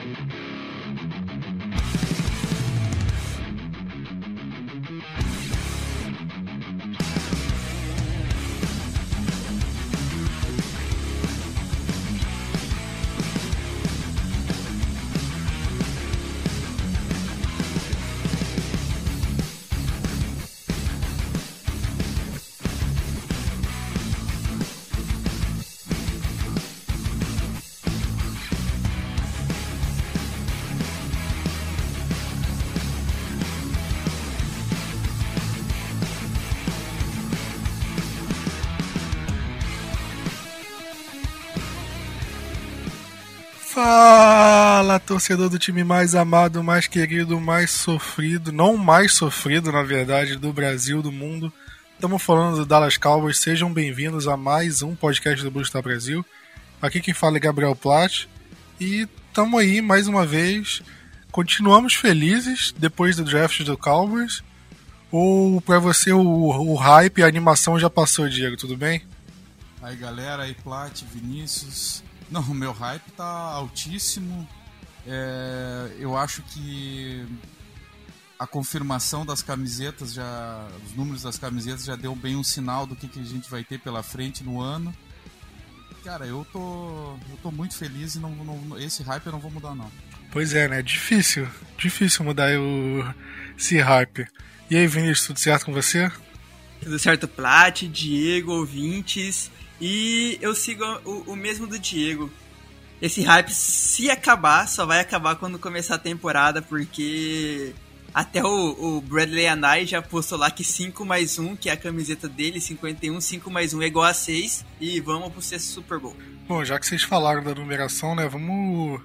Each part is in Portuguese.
Fala, torcedor do time mais amado, mais querido, mais sofrido, não mais sofrido, na verdade, do Brasil, do mundo. Estamos falando do Dallas Cowboys, sejam bem-vindos a mais um podcast do Blue Star Brasil. Aqui quem fala é Gabriel Platt e estamos aí mais uma vez. Continuamos felizes depois do draft do Cowboys, ou para você o hype, a animação já passou, Diego, tudo bem? Aí galera, aí Platt, Vinícius... Não, o meu hype tá altíssimo. Eu acho que a confirmação das camisetas, os números das camisetas já deu bem um sinal do que a gente vai ter pela frente no ano. Cara, eu tô muito feliz e esse hype eu não vou mudar não. Pois é, né? Difícil mudar esse hype. E aí, Vinícius, tudo certo com você? Tudo certo, Platt, Diego, ouvintes... E eu sigo o mesmo do Diego. Esse hype, se acabar, só vai acabar quando começar a temporada, porque até o Bradley Anae já postou lá que 5 mais 1, que é a camiseta dele, 51, 5 mais 1 é igual a 6, e vamos pro sexto Super Bowl. Bom, já que vocês falaram da numeração, né, vamos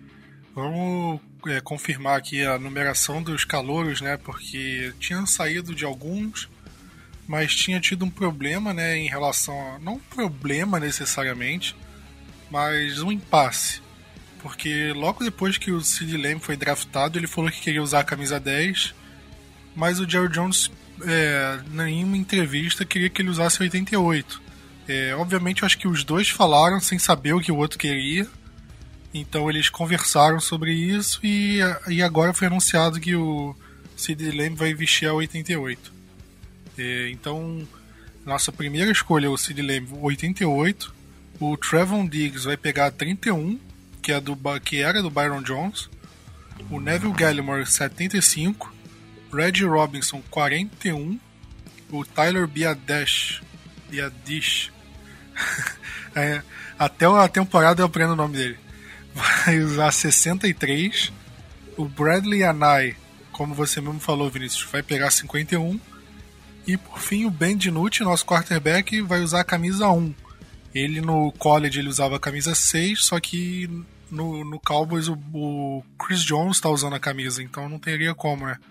confirmar aqui a numeração dos calouros, né, porque tinham saído de alguns, mas tinha tido um problema, né, em relação a... Não um problema necessariamente, mas um impasse. Porque logo depois que o CeeDee Lamb foi draftado, ele falou que queria usar a camisa 10, mas o Jerry Jones, em uma entrevista, queria que ele usasse a 88. Obviamente, eu acho que os dois falaram sem saber o que o outro queria, então eles conversaram sobre isso e agora foi anunciado que o CeeDee Lamb vai vestir a 88. Então, nossa primeira escolha é o CeeDee Lamb 88. O Trevon Diggs vai pegar a 31, que era do Byron Jones. O Neville Gallimore 75. Reggie Robinson 41. O Tyler Biadasz até a temporada eu aprendo o nome dele, vai usar 63. O Bradley Anae, como você mesmo falou, Vinícius, vai pegar 51. E por fim o Ben DiNucci, nosso quarterback, vai usar a camisa 1. Ele no college ele usava a camisa 6, só que no Cowboys o Chris Jones está usando a camisa, então não teria como, né?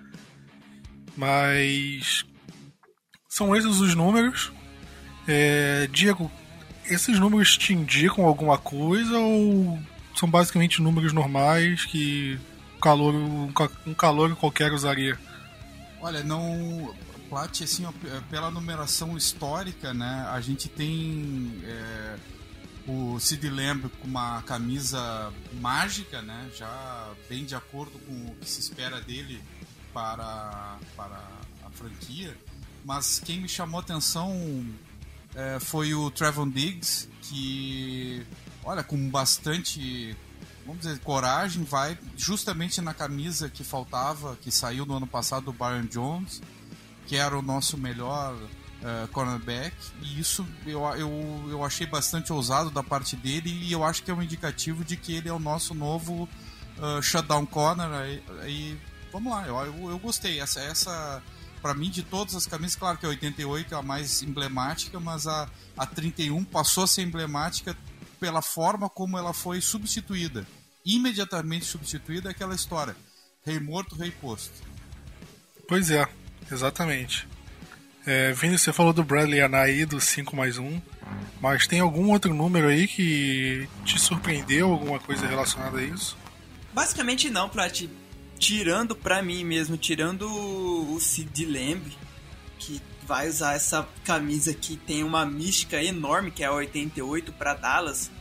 Mas são esses os números. Diego, esses números te indicam alguma coisa ou são basicamente números normais que um calor qualquer usaria? Olha, não... Platt, assim, pela numeração histórica, né, a gente tem o CeeDee Lamb com uma camisa mágica, né, já bem de acordo com o que se espera dele para a franquia, mas quem me chamou a atenção foi o Trevon Diggs, que, olha, com bastante, vamos dizer, coragem, vai justamente na camisa que faltava, que saiu no ano passado do Byron Jones, que era o nosso melhor cornerback, e isso eu achei bastante ousado da parte dele, e eu acho que é um indicativo de que ele é o nosso novo shutdown corner, e vamos lá, eu gostei, essa para mim, de todas as camisas, claro que a 88 é a mais emblemática, mas a 31 passou a ser emblemática pela forma como ela foi substituída, imediatamente substituída, aquela história, rei morto, rei posto. Pois é, exatamente. Vini, você falou do Bradley Anae, do 5 mais 1, mas tem algum outro número aí que te surpreendeu, alguma coisa relacionada a isso? Basicamente não, Plat. Tirando pra mim mesmo, tirando o CeeDee Lamb, que vai usar essa camisa que tem uma mística enorme, que é a 88 pra Dallas,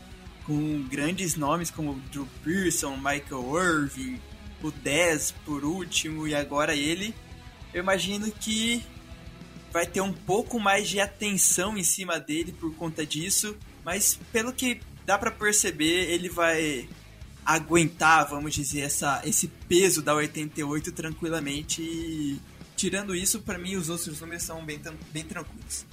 com grandes nomes como Drew Pearson, Michael Irvin, o Dez por último e agora ele, eu imagino que vai ter um pouco mais de atenção em cima dele por conta disso, mas pelo que dá pra perceber, ele vai aguentar, vamos dizer, esse peso da 88 tranquilamente. E, tirando isso, pra mim os outros números são bem tranquilos.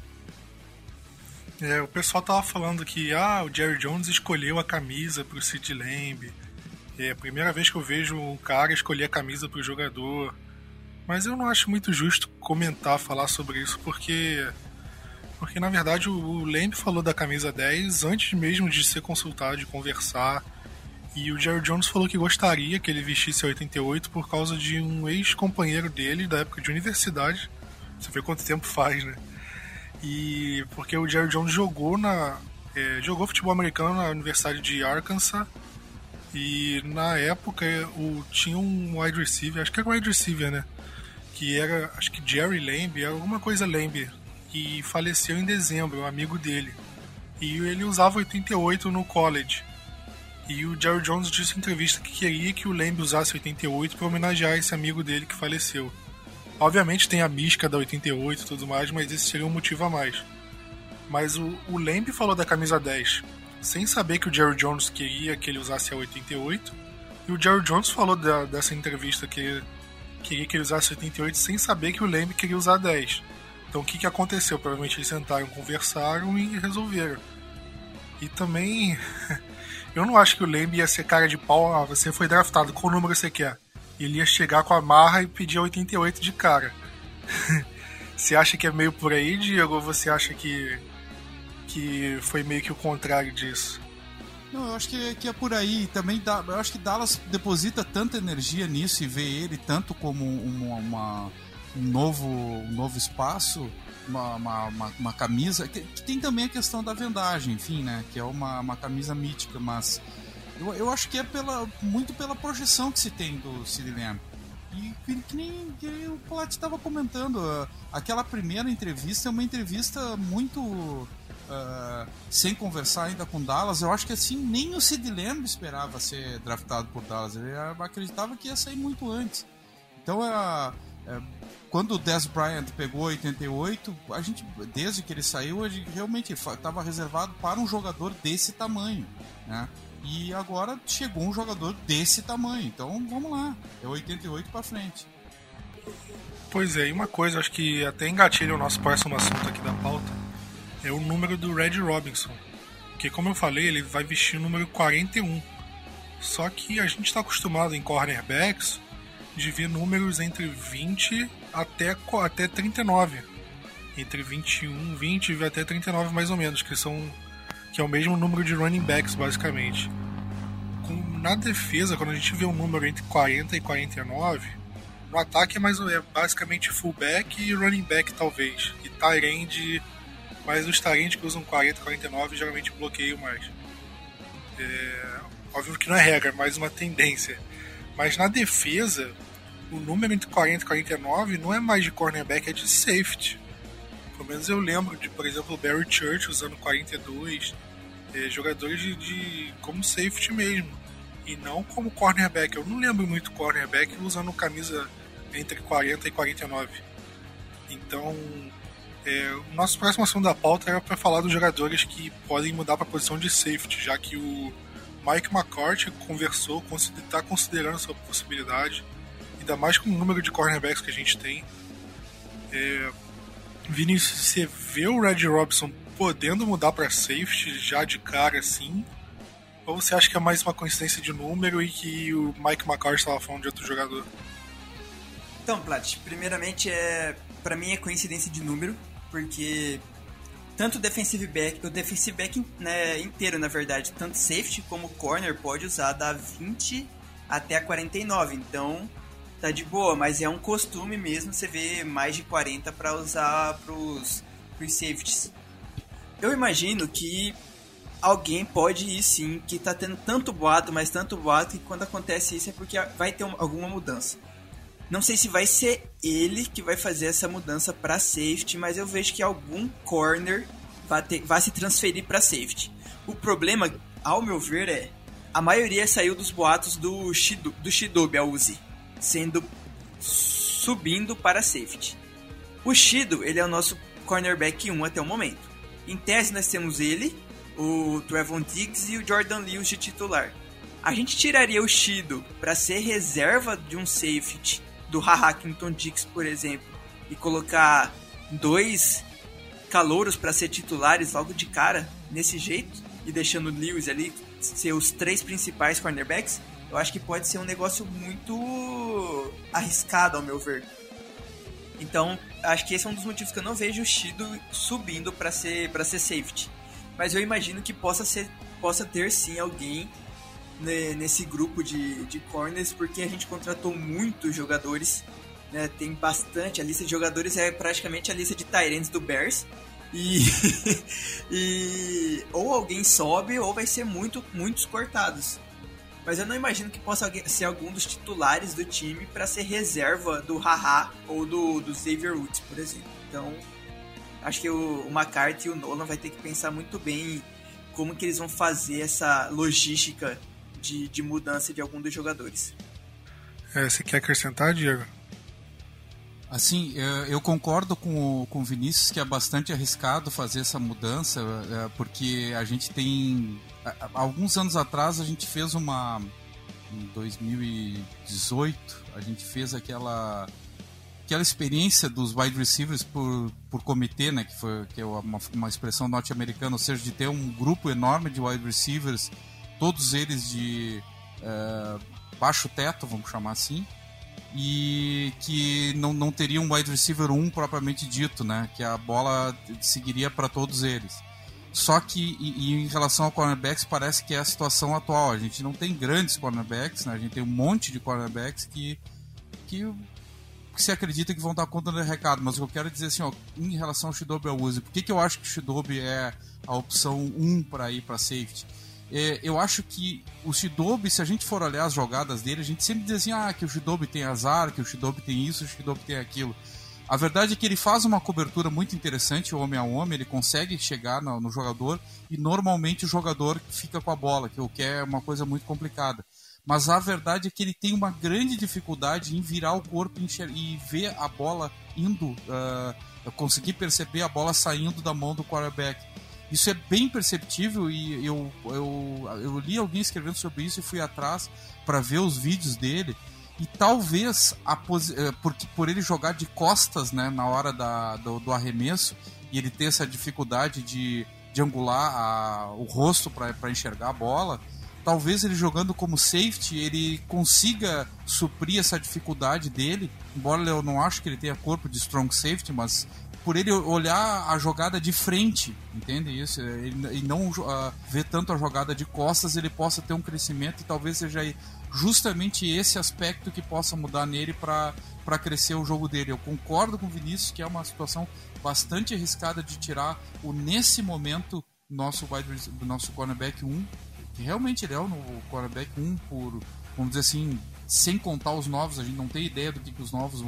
O pessoal tava falando que o Jerry Jones escolheu a camisa pro CeeDee Lamb. É a primeira vez que eu vejo um cara escolher a camisa pro jogador. Mas eu não acho muito justo falar sobre isso, porque na verdade o Lamb falou da camisa 10 antes mesmo de ser consultado, de conversar. E o Jerry Jones falou que gostaria que ele vestisse a 88 por causa de um ex-companheiro dele da época de universidade. Você vê quanto tempo faz, né? E porque o Jerry Jones jogou futebol americano na Universidade de Arkansas. E na época tinha um wide receiver, acho que era wide receiver, né? Que era, acho que Jerry Lamb, era alguma coisa Lamb, que faleceu em dezembro, um amigo dele. E ele usava 88 no college. E o Jerry Jones disse em entrevista que queria que o Lamb usasse 88 para homenagear esse amigo dele que faleceu. Obviamente tem a mística da 88 e tudo mais, mas esse seria um motivo a mais. Mas o Lamb falou da camisa 10 sem saber que o Jerry Jones queria que ele usasse a 88. E o Jerry Jones falou dessa entrevista que queria que ele usasse 88 sem saber que o Lamb queria usar 10. Então o que aconteceu? Provavelmente eles sentaram, conversaram e resolveram. E também... eu não acho que o Lamb ia ser cara de pau. Você foi draftado, qual número você quer? Ele ia chegar com a marra e pedir a 88 de cara. Você acha que é meio por aí, Diego? Ou você acha que foi meio que o contrário disso? Não, eu acho que é por aí. Também eu acho que Dallas deposita tanta energia nisso e vê ele tanto como um novo espaço, uma camisa. Que tem também a questão da vendagem, enfim, né? Que é uma camisa mítica, mas eu acho que é muito pela projeção que se tem do CeeDee Lamb. E que nem o Plat estava comentando, aquela primeira entrevista é uma entrevista muito sem conversar ainda com Dallas. Eu acho que assim, nem o CeeDee Lamb esperava ser draftado por Dallas, ele acreditava que ia sair muito antes. Então quando o Dez Bryant pegou 88, a gente, desde que ele saiu, a gente realmente estava reservado para um jogador desse tamanho, né? E agora chegou um jogador desse tamanho, então vamos lá, é 88 para frente. Pois é, e uma coisa, acho que até engatilha o nosso próximo assunto aqui da pauta, é o número do Red Robinson, porque como eu falei, ele vai vestir o número 41, só que a gente está acostumado em cornerbacks de ver números entre 20 até 39, entre 21, 20 e até 39 mais ou menos, que é o mesmo número de running backs basicamente. Na defesa, quando a gente vê um número entre 40 e 49, no ataque é basicamente fullback e running back talvez, e tight end, mas os tight end que usam 40 e 49 geralmente bloqueiam mais. Óbvio que não é regra, mas uma tendência. Mas na defesa, o número entre 40 e 49 não é mais de cornerback, é de safety. Pelo menos eu lembro de, por exemplo, o Barry Church usando 42, jogadores como safety mesmo, e não como cornerback. Eu não lembro muito cornerback usando camisa entre 40 e 49. Então, o nosso próximo assunto da pauta era para falar dos jogadores que podem mudar para a posição de safety, já que o Mike McCarthy está considerando essa possibilidade, ainda mais com o número de cornerbacks que a gente tem. Vinícius, você vê o Red Robinson podendo mudar para safety já de cara assim? Ou você acha que é mais uma coincidência de número e que o Mike McCarthy estava falando de outro jogador? Então, Plat, primeiramente pra mim é coincidência de número, porque tanto o defensive back, né, inteiro, na verdade, tanto safety como corner pode usar da 20 até a 49, então tá de boa, mas é um costume mesmo você ver mais de 40 para usar pros safeties. Eu imagino que alguém pode ir sim, que tá tendo tanto boato, mas tanto boato, que quando acontece isso é porque vai ter alguma mudança. Não sei se vai ser ele que vai fazer essa mudança para safety, mas eu vejo que algum corner vai se transferir para safety. O problema ao meu ver, a maioria saiu dos boatos do Chidobe Awuzie, subindo para safety. O Chido, ele é o nosso cornerback 1 até o momento. Em tese, nós temos ele, o Trevon Diggs e o Jordan Lewis de titular. A gente tiraria o Chido para ser reserva de um safety do Hackington Diggs, por exemplo, e colocar 2 calouros para ser titulares logo de cara, desse jeito, e deixando o Lewis ali ser os 3 principais cornerbacks. Eu acho que pode ser um negócio muito arriscado, ao meu ver. Então, acho que esse é um dos motivos que eu não vejo o Chido subindo para ser safety. Mas eu imagino que possa ter sim alguém nesse grupo de corners, porque a gente contratou muitos jogadores, né? Tem bastante, a lista de jogadores é praticamente a lista de tight ends do Bears. E ou alguém sobe ou vai ser muitos cortados. Mas eu não imagino que possa ser algum dos titulares do time para ser reserva do Haha ou do Xavier Woods, por exemplo. Então, acho que o McCarthy e o Nolan vai ter que pensar muito bem como que eles vão fazer essa logística de mudança de algum dos jogadores. Você quer acrescentar, Diego? Assim, eu concordo com o Vinícius que é bastante arriscado fazer essa mudança, porque a gente tem... Alguns anos atrás a gente fez em 2018, a gente fez aquela experiência dos wide receivers por comitê, né, que é uma expressão norte-americana, ou seja, de ter um grupo enorme de wide receivers, todos eles de baixo teto, vamos chamar assim, e que não teria um wide receiver 1 propriamente dito, né, que a bola seguiria para todos eles. Só que em relação ao cornerbacks, parece que é a situação atual. A gente não tem grandes cornerbacks, né? A gente tem um monte de cornerbacks que se acredita que vão dar conta do recado. Mas o que eu quero dizer assim, ó, em relação ao Chidobe Awuzie, por que eu acho que o Chidobe é a opção 1 para ir para safety? Eu acho que o Chidobe, se a gente for olhar as jogadas dele, a gente sempre diz assim, que o Chidobe tem azar, que o Chidobe tem isso, o Chidobe tem aquilo. A verdade é que ele faz uma cobertura muito interessante, homem a homem, ele consegue chegar no jogador e normalmente o jogador fica com a bola, que é uma coisa muito complicada. Mas a verdade é que ele tem uma grande dificuldade em virar o corpo e ver a bola indo, conseguir perceber a bola saindo da mão do quarterback. Isso é bem perceptível e eu li alguém escrevendo sobre isso e fui atrás para ver os vídeos dele. E talvez, por ele jogar de costas, né, na hora do arremesso, e ele ter essa dificuldade de angular o rosto para enxergar a bola, talvez ele jogando como safety, ele consiga suprir essa dificuldade dele, embora eu não acho que ele tenha corpo de strong safety, mas por ele olhar a jogada de frente, entende isso? E não ver tanto a jogada de costas, ele possa ter um crescimento e talvez seja justamente esse aspecto que possa mudar nele para crescer o jogo dele. Eu concordo com o Vinícius que é uma situação bastante arriscada de tirar nesse momento nosso cornerback 1, que realmente ele é o cornerback 1 vamos dizer assim, sem contar os novos, a gente não tem ideia do que os novos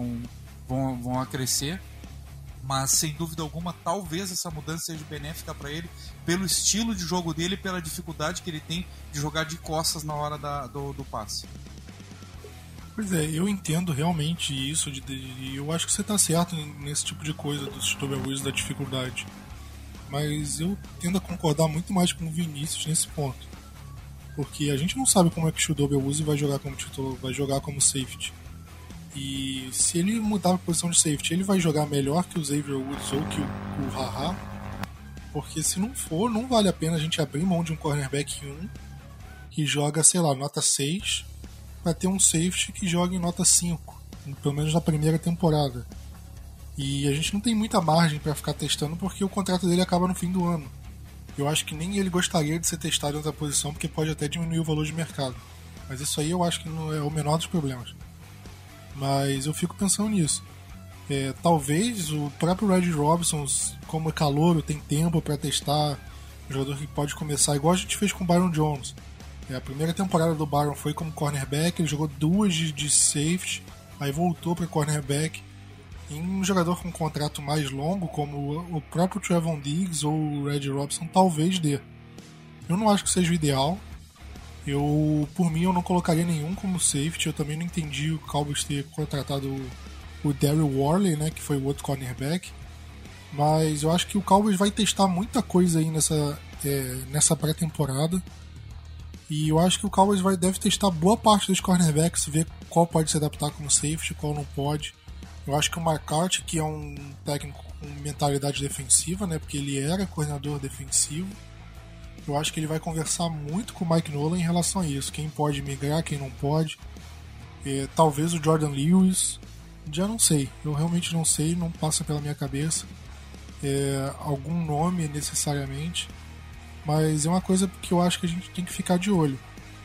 vão a crescer. Mas sem dúvida alguma, talvez essa mudança seja benéfica para ele pelo estilo de jogo dele e pela dificuldade que ele tem de jogar de costas na hora do passe. Pois é, eu entendo realmente isso, eu acho que você está certo nesse tipo de coisa do Chidobe Awuzie, da dificuldade. Mas eu tendo a concordar muito mais com o Vinícius nesse ponto. Porque a gente não sabe como é que o Chidobe Awuzie vai jogar como titular, vai jogar como safety. E se ele mudar a posição de safety, ele vai jogar melhor que o Xavier Woods ou que o Haha. Porque se não for, não vale a pena a gente abrir mão de um cornerback 1 que joga, sei lá, nota 6 para ter um safety que joga em nota 5, pelo menos na primeira temporada. E a gente não tem muita margem para ficar testando porque o contrato dele acaba no fim do ano. Eu acho que nem ele gostaria de ser testado em outra posição porque pode até diminuir o valor de mercado. Mas isso aí eu acho que não é o menor dos problemas. Mas eu fico pensando nisso. Talvez o próprio Reggie Robinson, como é calouro, tem tempo para testar, um jogador que pode começar, igual a gente fez com o Byron Jones. A primeira temporada do Byron foi como cornerback, ele jogou 2 de safety, aí voltou para cornerback. Em um jogador com um contrato mais longo, como o próprio Trevon Diggs ou o Reggie Robinson, talvez dê. Eu não acho que seja o ideal. Por mim, eu não colocaria nenhum como safety. Eu também não entendi o Cowboys ter contratado o Daryl Worley, né, que foi o outro cornerback. Mas eu acho que o Cowboys vai testar muita coisa aí nessa pré-temporada. E eu acho que o Cowboys deve testar boa parte dos cornerbacks, ver qual pode se adaptar como safety, qual não pode. Eu acho que o McCarthy, que é um técnico com mentalidade defensiva, né, porque ele era coordenador defensivo, eu acho que ele vai conversar muito com o Mike Nolan em relação a isso. Quem pode migrar, quem não pode. Talvez o Jordan Lewis. Já não sei. Eu realmente não sei, não passa pela minha cabeça algum nome necessariamente. Mas é uma coisa que eu acho que a gente tem que ficar de olho.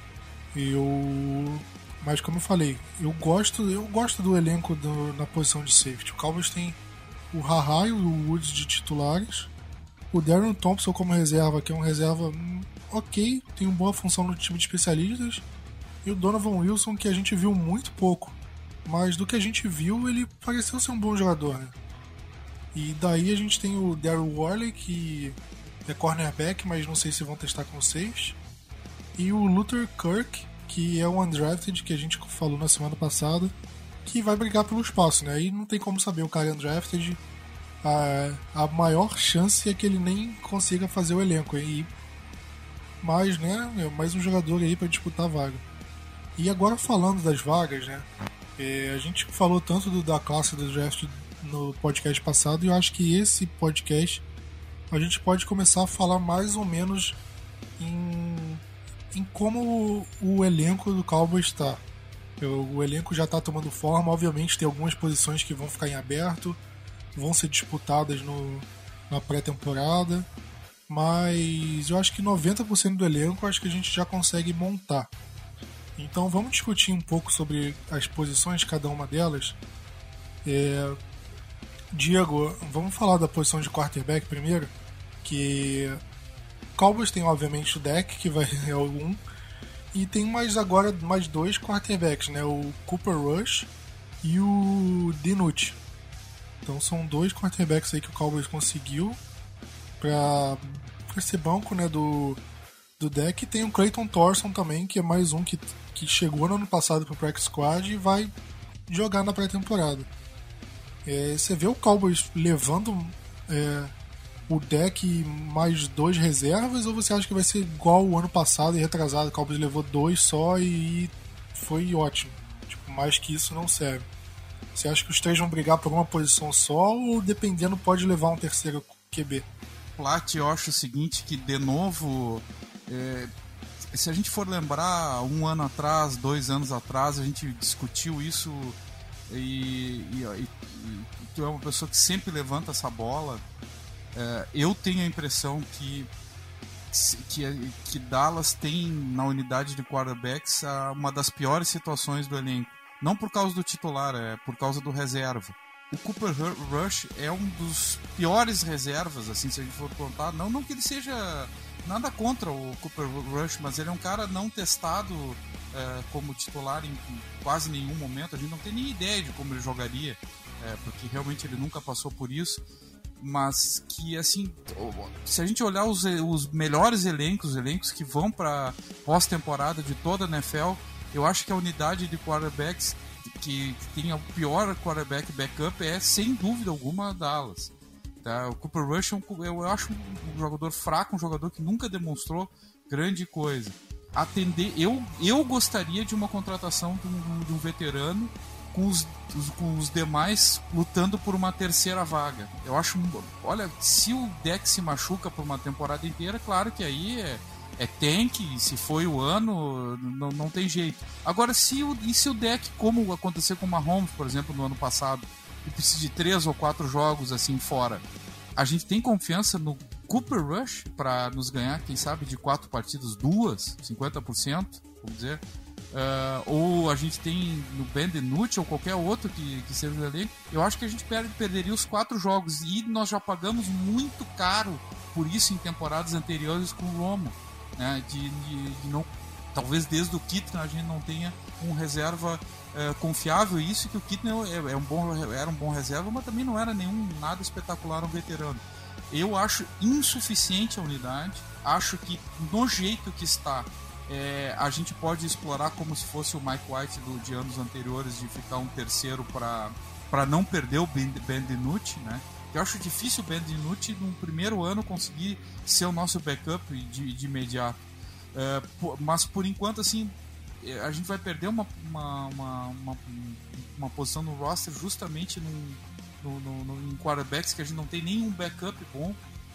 Mas como eu falei, eu gosto do elenco na posição de safety. O Cowboys tem o Haha e o Woods de titulares. O Darren Thompson como reserva, que é um reserva ok, tem uma boa função no time de especialistas. E o Donovan Wilson, que a gente viu muito pouco. Mas do que a gente viu, ele pareceu ser um bom jogador, né? E daí a gente tem o Daryl Worley, que é cornerback, mas não sei se vão testar com safety. E o Luther Kirk, que é um undrafted, que a gente falou na semana passada, que vai brigar pelo espaço, né? Aí não tem como saber, o cara é undrafted. A maior chance é que ele nem consiga fazer o elenco. Mas, né, é mais um jogador aí para disputar a vaga. E agora falando das vagas, né, a gente falou tanto da classe do draft no podcast passado, e eu acho que esse podcast a gente pode começar a falar mais ou menos em como o elenco do Cowboys está. O elenco já está tomando forma, obviamente tem algumas posições que vão ficar em aberto, vão ser disputadas na pré-temporada, mas eu acho que 90% do elenco acho que a gente já consegue montar. Então vamos discutir um pouco sobre as posições de cada uma delas. Diego, vamos falar da posição de quarterback primeiro, que o Cowboys tem obviamente o Dak, que é o 1, e tem mais dois quarterbacks, né? O Cooper Rush e o DiNucci. Então são dois quarterbacks aí que o Cowboys conseguiu para ser banco, né, do Dak. E tem o Clayton Thorson também, que é mais um que chegou no ano passado pro Practice Squad e vai jogar na pré-temporada. Você vê o Cowboys levando o Dak mais dois reservas, ou você acha que vai ser igual o ano passado e retrasado? O Cowboys levou dois só e foi ótimo. Tipo, mais que isso não serve. Você acha que os três vão brigar por uma posição só, ou dependendo pode levar um terceiro QB? Plat, eu acho o seguinte, que de novo, se a gente for lembrar, 1 ano atrás, 2 anos atrás, a gente discutiu isso e tu é uma pessoa que sempre levanta essa bola. Eu tenho a impressão que Dallas tem na unidade de quarterbacks uma das piores situações do elenco. Não por causa do titular, é por causa do reserva. O Cooper Rush é um dos piores reservas, assim, se a gente for contar. Não que ele seja nada contra o Cooper Rush, mas ele é um cara não testado como titular em quase nenhum momento. A gente não tem nem ideia de como ele jogaria, porque realmente ele nunca passou por isso. Mas que, assim, se a gente olhar os melhores elencos que vão para pós-temporada de toda a NFL, eu acho que a unidade de quarterbacks que tem o pior quarterback backup é, sem dúvida alguma, Dallas. Tá? O Cooper Rush eu acho um jogador fraco, um jogador que nunca demonstrou grande coisa. Eu gostaria de uma contratação de um veterano com os demais lutando por uma terceira vaga. Eu acho, olha, se o Dak se machuca por uma temporada inteira, claro que aí é tank, se foi o ano, não tem jeito. Agora, se o Dak, como aconteceu com o Mahomes, por exemplo, no ano passado, que precisa de 3 ou 4 jogos assim fora, a gente tem confiança no Cooper Rush para nos ganhar, quem sabe, de 4 partidas, 2, 50%, vamos dizer. Ou a gente tem no Ben DiNucci ou qualquer outro que seja o elenco. Eu acho que a gente perderia os 4 jogos, e nós já pagamos muito caro por isso em temporadas anteriores com o Romo, né? De não, talvez desde o Kitna a gente não tenha um reserva confiável. Isso que o Kitna era um bom reserva, mas também não era nada espetacular, um veterano. Eu acho insuficiente a unidade. Acho que no jeito que está, a gente pode explorar como se fosse o Mike White de anos anteriores, de ficar um terceiro para não perder o Ben DiNucci, né? Eu acho difícil o Ben DiNucci no primeiro ano conseguir ser o nosso backup de imediato. Mas por enquanto, assim, a gente vai perder uma posição no roster justamente em quarterbacks que a gente não tem nenhum backup bom.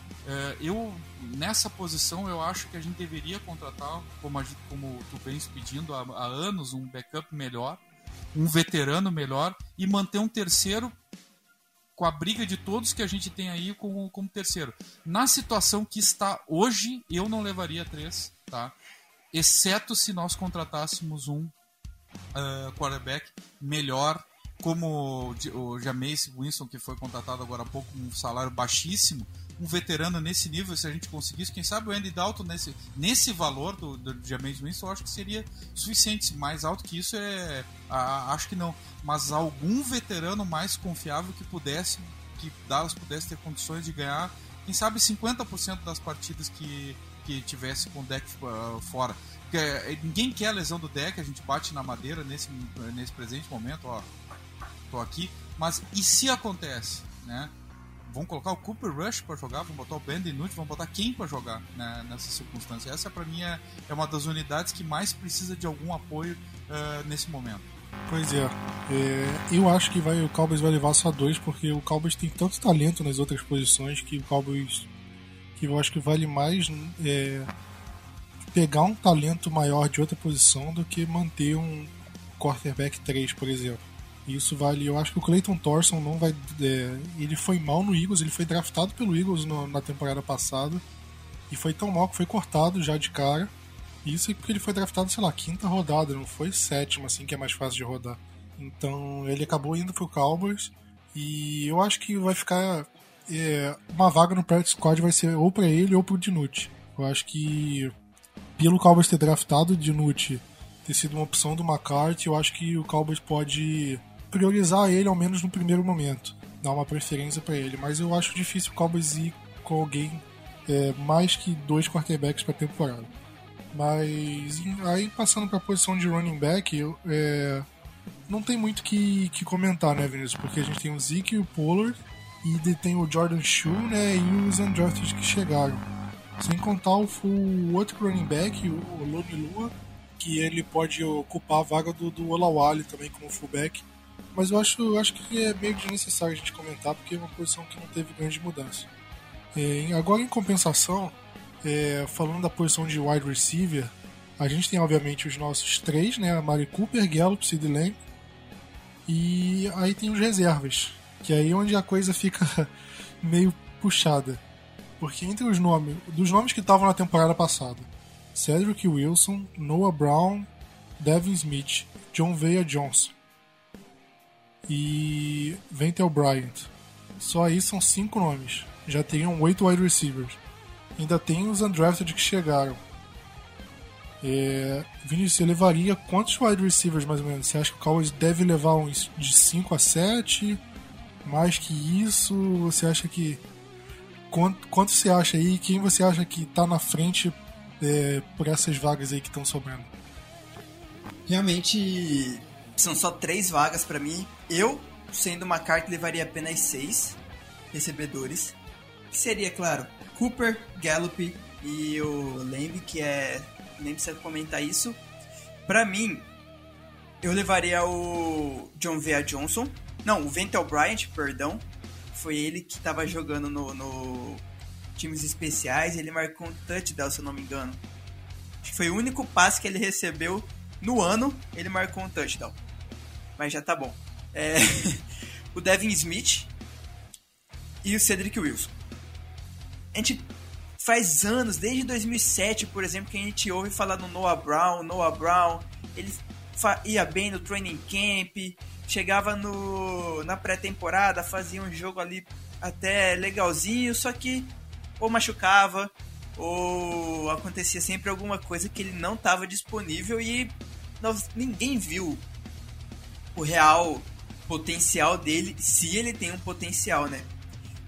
Nessa posição eu acho que a gente deveria contratar, como tu vens pedindo há anos, um backup melhor, um veterano melhor, e manter um terceiro com a briga de todos que a gente tem aí como terceiro. Na situação que está hoje, eu não levaria 3, tá? Exceto se nós contratássemos um quarterback melhor, como o Jameis Winston, que foi contratado agora há pouco com um salário baixíssimo, um veterano nesse nível. Se a gente conseguisse, quem sabe o Andy Dalton nesse valor do Jameis Winston, eu acho que seria suficiente. Mais alto que isso acho que não, mas algum veterano mais confiável que Dallas pudesse ter condições de ganhar, quem sabe 50% das partidas que tivesse com o deck fora. Porque ninguém quer a lesão do deck, a gente bate na madeira nesse presente momento, ó, tô aqui, mas e se acontece, né? Vão colocar o Cooper Rush para jogar, vão botar o Ben DiNucci, vão botar quem para jogar, né, nessa circunstância? Essa para mim é uma das unidades que mais precisa de algum apoio nesse momento. Pois é, eu acho que o Cowboys vai levar só 2, porque o Cowboys tem tanto talento nas outras posições que o Cowboys, que eu acho que vale mais pegar um talento maior de outra posição do que manter um quarterback 3, por exemplo. Isso vale. Eu acho que o Clayton Thorson não vai. Ele foi mal no Eagles, ele foi draftado pelo Eagles na temporada passada e foi tão mal que foi cortado já de cara. Isso é porque ele foi draftado, sei lá, 5ª rodada, não foi 7ª, assim, que é mais fácil de rodar. Então ele acabou indo pro Cowboys e eu acho que vai ficar. Uma vaga no practice squad vai ser ou pra ele ou pro DiNucci. Eu acho que pelo Cowboys ter draftado o DiNucci, ter sido uma opção do McCarthy, eu acho que o Cowboys pode priorizar ele, ao menos no primeiro momento, dar uma preferência para ele, mas eu acho difícil o Cowboys ir com alguém mais que 2 quarterbacks para temporada. Mas aí passando para a posição de running back, não tem muito que comentar, né, Vinícius? Porque a gente tem o Zeke e o Pollard, e tem o Jordan Shue, né, e os undrafted que chegaram. Sem contar o outro running back, o Lomilua, que ele pode ocupar a vaga do Olawale também como fullback. Mas eu acho que é meio desnecessário a gente comentar, porque é uma posição que não teve grande mudança. Agora, em compensação, falando da posição de wide receiver, a gente tem obviamente os nossos 3, né? Amari Cooper, Gallup, CeeDee Lamb, e aí tem os reservas, que aí é onde a coisa fica meio puxada. Porque entre dos nomes que estavam na temporada passada, Cedric Wilson, Noah Brown, Devin Smith, John Veia Johnson e Ventel Bryant, só aí são 5 nomes. Já teriam 8 wide receivers. Ainda tem os undrafted que chegaram. Vinícius, você levaria quantos wide receivers mais ou menos? Você acha que o Cowboys deve levar uns de 5 a 7? Mais que isso? Você acha que... Quanto você acha aí? Quem você acha que está na frente por essas vagas aí que estão sobrando? Realmente são só 3 vagas para mim. Eu, sendo uma carta, levaria apenas 6 recebedores, que seria, claro, Cooper, Gallup e o Lamb, que nem precisa comentar isso. Para mim, eu levaria o John Veia Johnson, não, o Ventel Bryant, perdão. Foi ele que estava jogando no times especiais. Ele marcou um touchdown, se eu não me engano. Acho que foi o único passe que ele recebeu no ano. Ele marcou um touchdown. Mas já tá bom. O Devin Smith e o Cedric Wilson. A gente faz anos, desde 2007, por exemplo, que a gente ouve falar no Noah Brown. Ele ia bem no training camp, chegava na pré-temporada, fazia um jogo ali até legalzinho, só que ou machucava ou acontecia sempre alguma coisa que ele não estava disponível e ninguém viu o real potencial dele, se ele tem um potencial, né?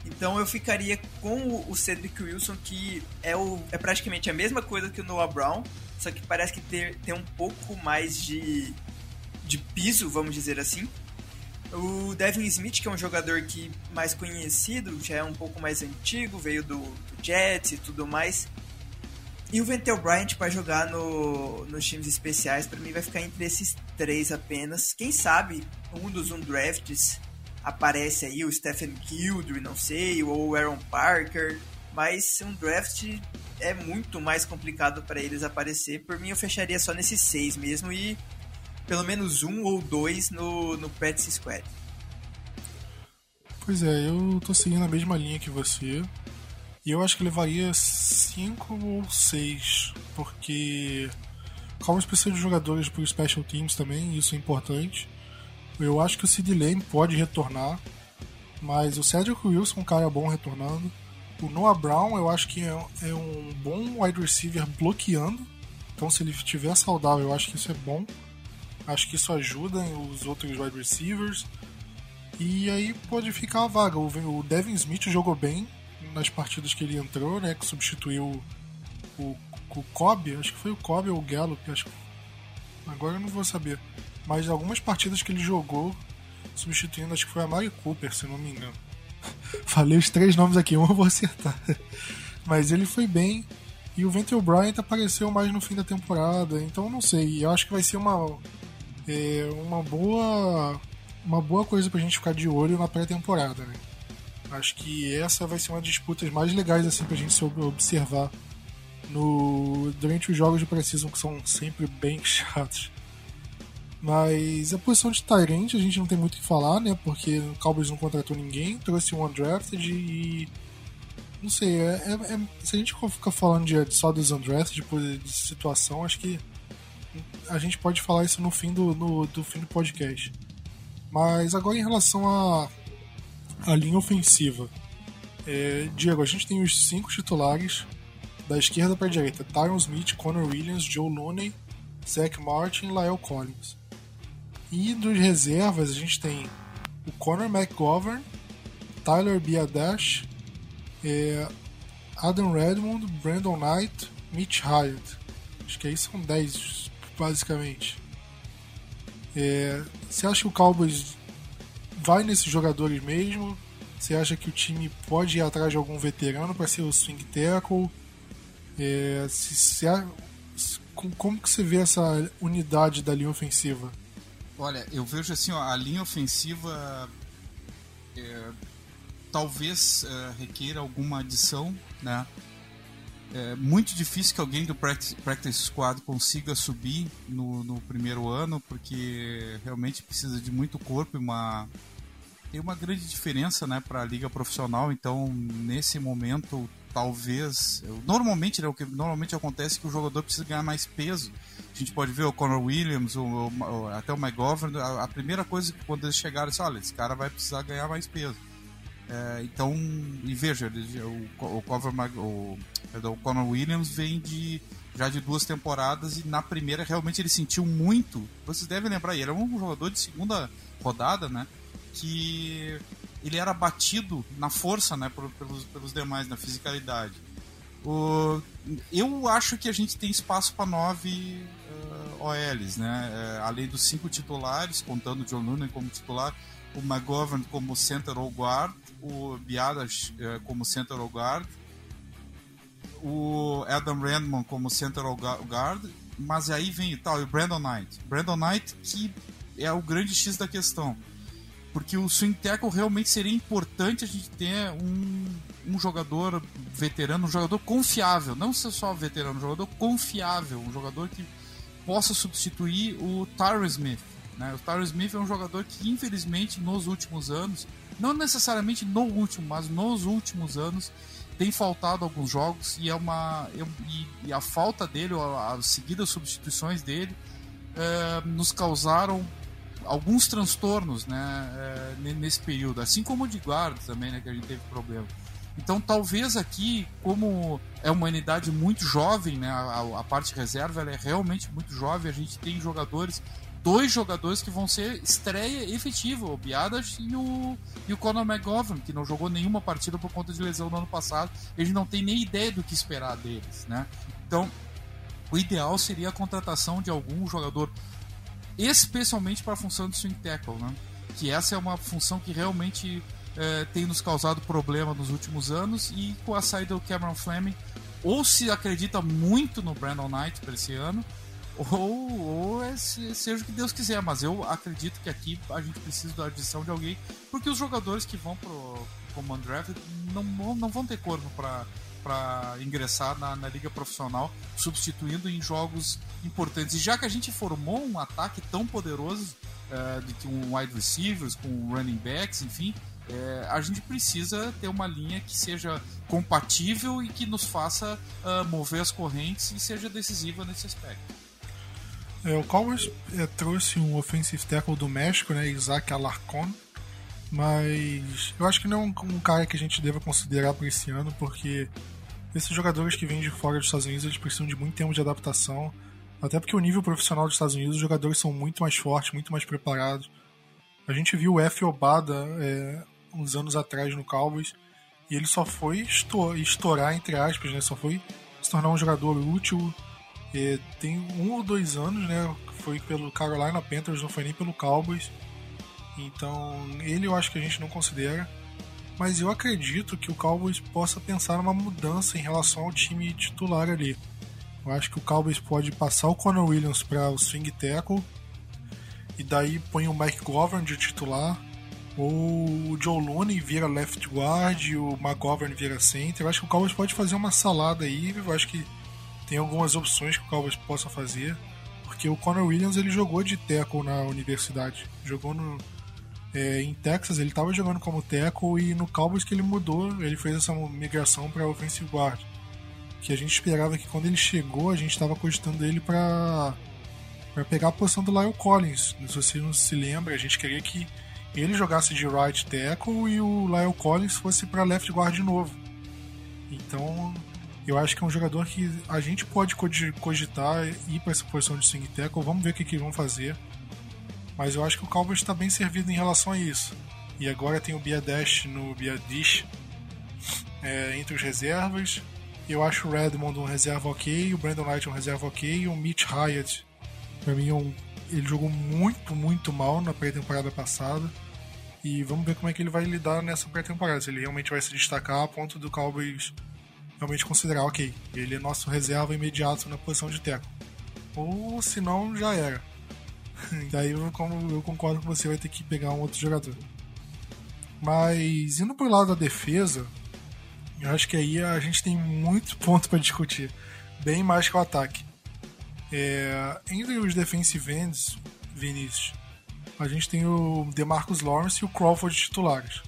Então eu ficaria com o Cedric Wilson, que é praticamente a mesma coisa que o Noah Brown, só que parece que tem um pouco mais de piso, vamos dizer assim. O Devin Smith, que é um jogador que mais conhecido, já é um pouco mais antigo, veio do Jets e tudo mais. E o Ventel Bryant para jogar nos times especiais, para mim vai ficar entre esses três apenas. Quem sabe um dos undrafts aparece aí, o Stephen Guilherme, não sei, ou o Aaron Parker, mas um draft é muito mais complicado para eles aparecer. Por mim eu fecharia só nesses 6 mesmo e pelo menos 1 ou 2 no Practice Squad. Pois é, eu tô seguindo a mesma linha que você. E eu acho que levaria 5 ou 6, porque como precisa de jogadores para os Special Teams também, isso é importante. Eu acho que o CeeDee Lamb pode retornar, mas o Cedric Wilson é um cara bom retornando. O Noah Brown eu acho que é um bom wide receiver bloqueando, então se ele estiver saudável eu acho que isso é bom. Acho que isso ajuda os outros wide receivers. E aí pode ficar a vaga. O Devin Smith jogou bem nas partidas que ele entrou, né? Que substituiu o Cobb. Acho que foi o Cobb ou o Gallup. Agora eu não vou saber. Mas algumas partidas que ele jogou substituindo, acho que foi a Mari Cooper, se não me engano. Falei os 3 nomes aqui, um eu vou acertar. Mas ele foi bem. E o Ventel Bryant apareceu mais no fim da temporada. Então não sei. Eu acho que vai ser uma boa coisa pra gente ficar de olho na pré-temporada, né? Acho que essa vai ser uma das disputas mais legais assim pra gente observar durante os jogos de pré-season, que são sempre bem chatos. Mas a posição de tight end a gente não tem muito o que falar, né? Porque o Cowboys não contratou ninguém, trouxe um undrafted e não sei, se a gente ficar falando só dos undrafted, de situação, acho que a gente pode falar isso no fim do fim do podcast. Mas agora em relação à linha ofensiva, Diego, a gente tem os 5 titulares da esquerda para a direita: Tyron Smith, Connor Williams, Joe Looney, Zach Martin e La'el Collins. E dos reservas a gente tem o Connor McGovern, Tyler Biadasz, Adam Redmond, Brandon Knight, Mitch Hyatt. Acho que aí são 10 basicamente. Você acha que o Cowboys vai nesses jogadores mesmo? Você acha que o time pode ir atrás de algum veterano para ser o swing tackle? Como que você vê essa unidade da linha ofensiva? Olha, eu vejo assim, ó, a linha ofensiva talvez requeira alguma adição, né? É muito difícil que alguém do Practice Squad consiga subir no primeiro ano, porque realmente precisa de muito corpo e tem uma grande diferença, né, para a liga profissional. Então, nesse momento, talvez... Normalmente, né, o que normalmente acontece é que o jogador precisa ganhar mais peso. A gente pode ver o Connor Williams, até o McGovern. A primeira coisa que quando eles chegaram, olha, esse cara vai precisar ganhar mais peso. Então, e veja, o Connor Williams vem já de 2 temporadas e na primeira realmente ele sentiu muito. Vocês devem lembrar, ele era um jogador de segunda rodada, né? Que ele era batido na força, né? Pelos demais, na fisicalidade. Eu acho que a gente tem espaço para 9 OLs, né? Além dos 5 titulares, contando o John Noonan como titular, o McGovern como center ou guard, o Biadasz como center ou guard, o Adam Redmond como center ou guard, mas aí vem o Brandon Knight, que é o grande X da questão, porque o swing tackle realmente seria importante a gente ter um jogador veterano, um jogador confiável, não ser só veterano, um jogador confiável, um jogador que possa substituir o Tyron Smith, né? O Tyron Smith é um jogador que infelizmente nos últimos anos, não necessariamente no último, mas nos últimos anos tem faltado alguns jogos e e a falta dele, as seguidas substituições dele nos causaram alguns transtornos, né, nesse período, assim como o de guarda também, né, que a gente teve problema. Então talvez aqui, como é uma unidade muito jovem, né, a parte reserva ela é realmente muito jovem, a gente tem dois jogadores que vão ser estreia efetiva, o Biadasz e o Conor McGovern, que não jogou nenhuma partida por conta de lesão no ano passado, ele não tem nem ideia do que esperar deles, né? Então o ideal seria a contratação de algum jogador especialmente para a função de swing tackle, né? Que essa é uma função que realmente tem nos causado problema nos últimos anos, e com a saída do Cameron Fleming, ou se acredita muito no Brandon Knight para esse ano, ou seja o que Deus quiser, mas eu acredito que aqui a gente precisa da adição de alguém, porque os jogadores que vão como undrafted não vão ter corpo para ingressar na liga profissional, substituindo em jogos importantes. E já que a gente formou um ataque tão poderoso, com wide receivers, com running backs, enfim, a gente precisa ter uma linha que seja compatível e que nos faça mover as correntes e seja decisiva nesse aspecto. O Cowboys trouxe um offensive tackle do México, né, Isaac Alarcón, mas eu acho que não é um cara que a gente deva considerar para esse ano, porque esses jogadores que vêm de fora dos Estados Unidos, eles precisam de muito tempo de adaptação, até porque o nível profissional dos Estados Unidos, os jogadores são muito mais fortes, muito mais preparados. A gente viu o F. Obada uns anos atrás no Cowboys, e ele só foi estourar, entre aspas, né, só foi se tornar um jogador útil. Tem 1 ou 2 anos, né? Foi pelo Carolina Panthers, não foi nem pelo Cowboys. Então, ele eu acho que a gente não considera. Mas eu acredito que o Cowboys possa pensar numa mudança em relação ao time titular ali. Eu acho que o Cowboys pode passar o Conor Williams para o swing tackle, e daí põe o Mike Govern de titular, ou o Joe Looney vira left guard e o McGovern vira center. Eu acho que o Cowboys pode fazer uma salada aí. Eu acho que tem algumas opções que o Cowboys possa fazer, porque o Conor Williams ele jogou de tackle na universidade, jogou em Texas, ele estava jogando como tackle, e no Cowboys que ele mudou, ele fez essa migração para offensive guard, que a gente esperava que quando ele chegou, a gente estava cogitando ele para pegar a posição do Lyle Collins. Se você não se lembra, a gente queria que ele jogasse de right tackle e o Lyle Collins fosse para left guard de novo. Então eu acho que é um jogador que a gente pode cogitar ir para essa posição de swing tackle. Vamos ver o que eles vão fazer. Mas eu acho que o Cowboys está bem servido em relação a isso. E agora tem o Biadasz entre os reservas. Eu acho o Redmond um reserva ok, o Brandon Knight um reserva ok, e o Mitch Hyatt, para mim, ele jogou muito, muito mal na pré-temporada passada. E vamos ver como é que ele vai lidar nessa pré-temporada. Se ele realmente vai se destacar a ponto do Cowboys realmente considerar, ok, ele é nosso reserva imediato na posição de tackle. Ou se não, já era. Daí, como eu concordo com você, vai ter que pegar um outro jogador. Mas indo pro lado da defesa, eu acho que aí a gente tem muito ponto para discutir, bem mais que o ataque. Entre os defensive ends, Vinícius, a gente tem o DeMarcus Lawrence e o Crawford titulares.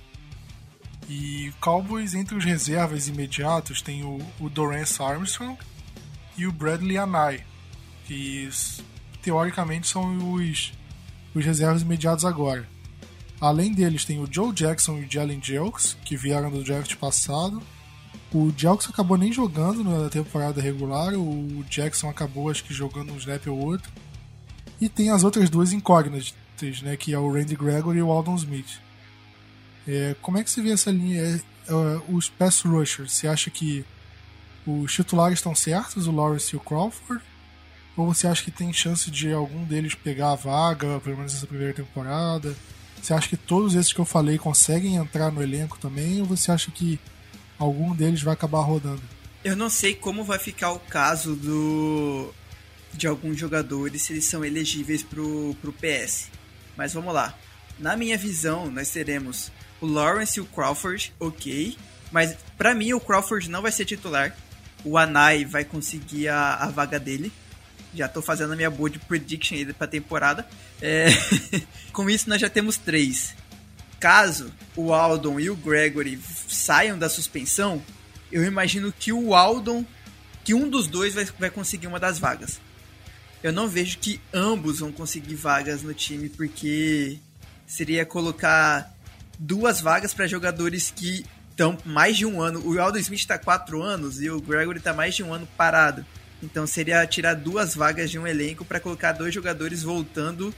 E Cowboys, entre os reservas imediatos, tem o Dorance Armstrong e o Bradley Anae, que teoricamente são os reservas imediatos agora. Além deles, tem o Joe Jackson e o Jalen Jelks, que vieram do draft passado. O Jelks acabou nem jogando na temporada regular, o Jackson acabou, acho que, jogando um snap ou outro. E tem as outras duas incógnitas, né, que é o Randy Gregory e o Aldon Smith. Como é que você vê essa linha? Os pass rushers, você acha que os titulares estão certos, o Lawrence e o Crawford? Ou você acha que tem chance de algum deles pegar a vaga, pelo menos nessa primeira temporada? Você acha que todos esses que eu falei conseguem entrar no elenco também? Ou você acha que algum deles vai acabar rodando? Eu não sei como vai ficar o caso de alguns jogadores, se eles são elegíveis pro PS. Mas vamos lá. Na minha visão, nós teremos o Lawrence e o Crawford, ok. Mas pra mim o Crawford não vai ser titular. O Anae vai conseguir a vaga dele. Já tô fazendo a minha bold prediction aí pra temporada. Com isso nós já temos 3. Caso o Aldon e o Gregory saiam da suspensão, eu imagino que o Aldon, que um dos dois vai conseguir uma das vagas. Eu não vejo que ambos vão conseguir vagas no time, porque seria colocar 2 vagas para jogadores que estão mais de um ano. O Aldon Smith tá 4 anos e o Gregory tá mais de um ano parado. Então seria tirar 2 vagas de um elenco para colocar 2 jogadores voltando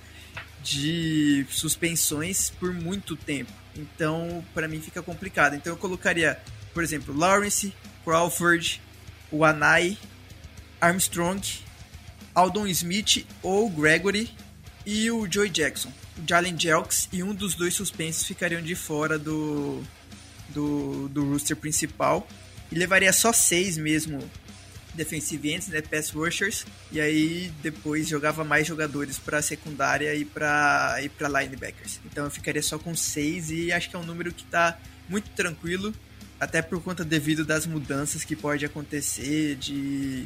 de suspensões por muito tempo. Então, para mim fica complicado. Então eu colocaria, por exemplo, Lawrence, Crawford, o Anai, Armstrong, Aldon Smith ou Gregory e o Joey Jackson. O Jalen Jelks e um dos 2 suspensos ficariam de fora do roster principal. E levaria só 6 mesmo defensive ends, né, pass rushers, e aí depois jogava mais jogadores para secundária e para linebackers. Então eu ficaria só com 6 e acho que é um número que está muito tranquilo, até por conta devido das mudanças que pode acontecer de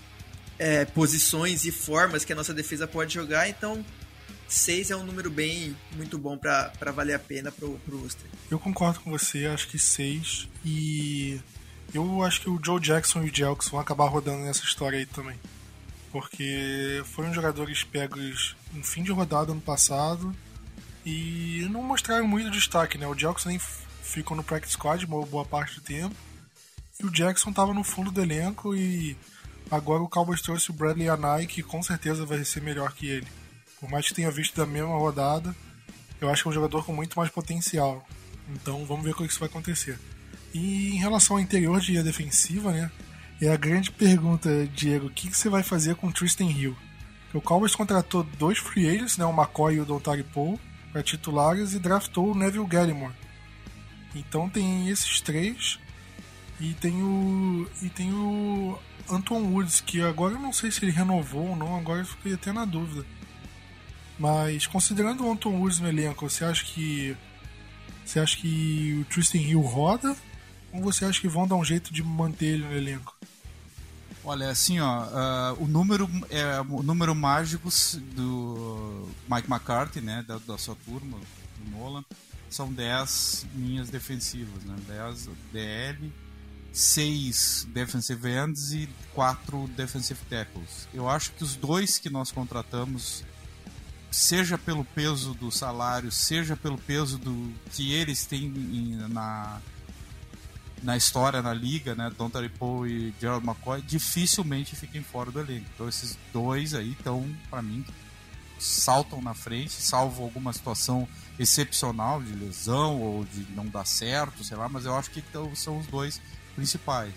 posições e formas que a nossa defesa pode jogar. Então 6 é um número muito bom para valer a pena pro roster. Eu concordo com você, acho que 6, e eu acho que o Joe Jackson e o Jelks vão acabar rodando nessa história aí também. Porque foram jogadores pegos em fim de rodada ano passado e não mostraram muito destaque, né? O Jelks nem ficou no practice squad uma boa parte do tempo. E o Jackson estava no fundo do elenco e agora o Cowboys trouxe o Bradley Anai, que com certeza vai ser melhor que ele. Por mais que tenha visto da mesma rodada, eu acho que é um jogador com muito mais potencial. Então vamos ver o que isso vai acontecer. E em relação ao interior de linha defensiva, né? É a grande pergunta, Diego, o que você vai fazer com o Tristan Hill? O Cowboys contratou 2 free agents, né, o McCoy e o Dontari Poe, para titulares e draftou o Neville Gallimore. Então tem esses 3 e tem o Anton Woods, que agora eu não sei se ele renovou ou não, agora eu fiquei até na dúvida. Mas considerando o Anton Woods no elenco, você acha que o Tristan Hill roda? Ou você acha que vão dar um jeito de manter ele no elenco? Olha, assim, o número mágico do Mike McCarthy, né, da sua turma, do Nolan, são 10 linhas defensivas, né, 10 DL, 6 defensive ends e 4 defensive tackles. Eu acho que os 2 que nós contratamos, seja pelo peso do salário, seja pelo peso do que eles têm na história, na liga, né, Dontari Poe e Gerald McCoy, dificilmente fiquem fora do elenco. Então esses 2 aí estão, para mim, saltam na frente, salvo alguma situação excepcional de lesão ou de não dar certo, sei lá, mas eu acho que são os 2 principais.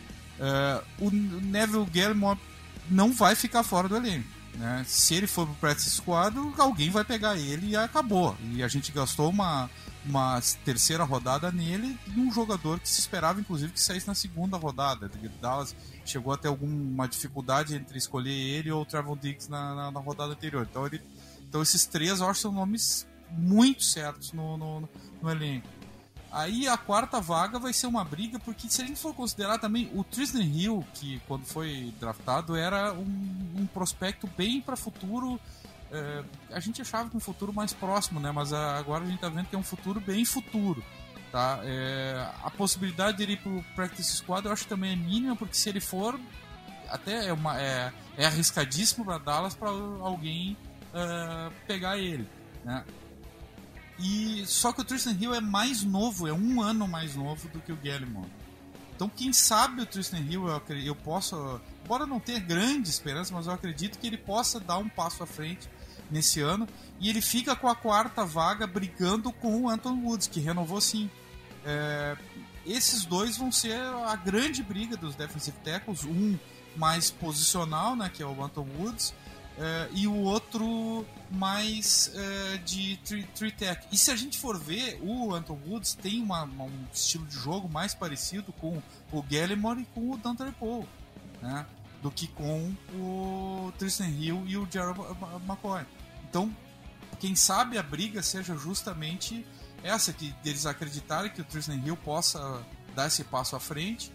O Neville Gallimore não vai ficar fora do elenco, né? Se ele for pro practice squad, alguém vai pegar ele e acabou. E a gente gastou uma terceira rodada nele, e um jogador que se esperava inclusive que saísse na segunda rodada. Dallas chegou a ter alguma dificuldade entre escolher ele ou o Trevon Diggs na rodada anterior. Então esses 3 eu acho que são nomes muito certos no elenco. Aí a 4ª vaga vai ser uma briga, porque se a gente for considerar também o Tristan Hill, que quando foi draftado era um prospecto bem para futuro. A gente achava que um futuro mais próximo, né? Mas agora a gente tá vendo que é um futuro bem futuro, tá? A possibilidade de ele ir pro practice squad eu acho que também é mínima, porque se ele for, até é arriscadíssimo para Dallas para alguém pegar ele, né? E só que o Tristan Hill é mais novo, é 1 ano mais novo do que o Gallimore. Então quem sabe o Tristan Hill, eu posso, embora não ter grande esperança, mas eu acredito que ele possa dar um passo à frente nesse ano, e ele fica com a 4ª vaga brigando com o Anton Woods, que renovou sim. Esses 2 vão ser a grande briga dos defensive tackles, um mais posicional, né, que é o Anton Woods, e o outro mais de three tech. E se a gente for ver, o Anton Woods tem um estilo de jogo mais parecido com o Gallimore e com o Dontari Poe, né, do que com o Tristan Hill e o Gerald McCoy. Então, quem sabe a briga seja justamente essa, que eles acreditarem que o Tristan Hill possa dar esse passo à frente,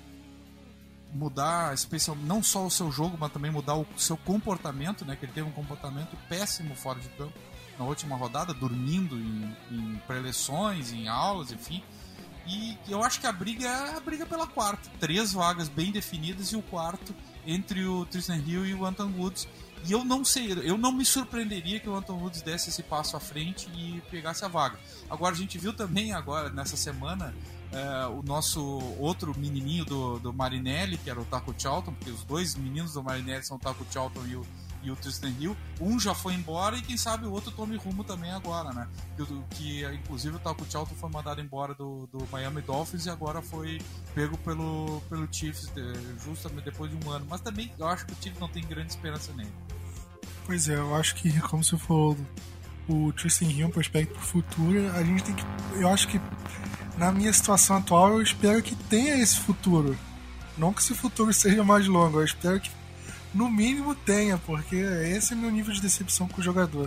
mudar não só o seu jogo, mas também mudar o seu comportamento, né? Que ele teve um comportamento péssimo fora de campo na última rodada, dormindo em preleções, em aulas, enfim. E eu acho que a briga é a briga pela 4ª. 3 vagas bem definidas e o 4º entre o Tristan Hill e o Anton Woods. E eu não sei, eu não me surpreenderia que o Anton Woods desse esse passo à frente e pegasse a vaga. Agora, a gente viu também agora, nessa semana, o nosso outro menininho do Marinelli, que era o Taco Charlton, porque os dois meninos do Marinelli são o Taco Charlton e o Tristan Hill. Um já foi embora e quem sabe o outro tome rumo também agora, né? Que inclusive o Taco Charlton foi mandado embora do Miami Dolphins e agora foi pego pelo Chiefs justamente depois de um ano. Mas também eu acho que o Chiefs não tem grande esperança nele. Pois é, eu acho que, como você falou, o Tristan Hill é um prospecto pro futuro. A gente tem que... Eu acho que, na minha situação atual, eu espero que tenha esse futuro. Não que esse futuro seja mais longo, eu espero que, no mínimo, tenha, porque esse é meu nível de decepção com o jogador.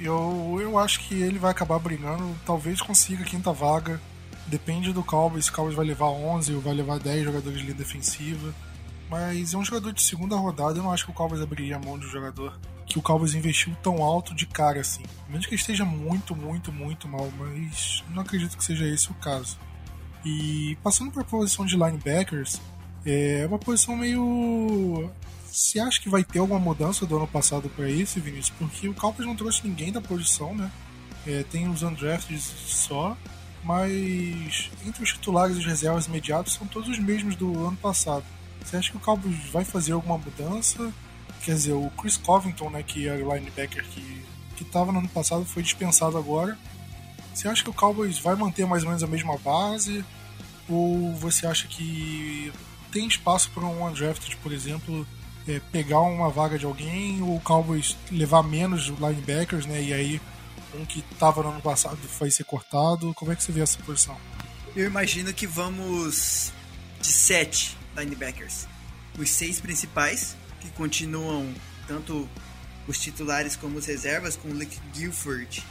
Eu acho que ele vai acabar brigando, talvez consiga a quinta vaga. Depende do Cowboys, se o Cowboys vai levar 11 ou vai levar 10 jogadores de linha defensiva. Mas é um jogador de segunda rodada, eu não acho que o Cowboys abriria a mão de um jogador que o Cowboys investiu tão alto de cara assim. A menos que ele esteja muito, muito, muito mal, mas não acredito que seja esse o caso. E passando para a posição de linebackers, é uma posição meio... Você acha que vai ter alguma mudança do ano passado para esse, Vinícius? Porque o Cowboys não trouxe ninguém da posição, né? Tem os undrafted só, mas entre os titulares e os reservas imediatos são todos os mesmos do ano passado. Você acha que o Cowboys vai fazer alguma mudança? Quer dizer, o Chris Covington, né, que era o linebacker que estava no ano passado, foi dispensado agora. Você acha que o Cowboys vai manter mais ou menos a mesma base? Ou você acha que tem espaço para um undrafted, por exemplo, pegar uma vaga de alguém, ou o Cowboys levar menos linebackers, né, e aí um que estava no ano passado vai ser cortado? Como é que você vê essa posição? Eu imagino que vamos de 7 linebackers. Os 6 principais, que continuam tanto os titulares como os reservas, com o Luke Gilford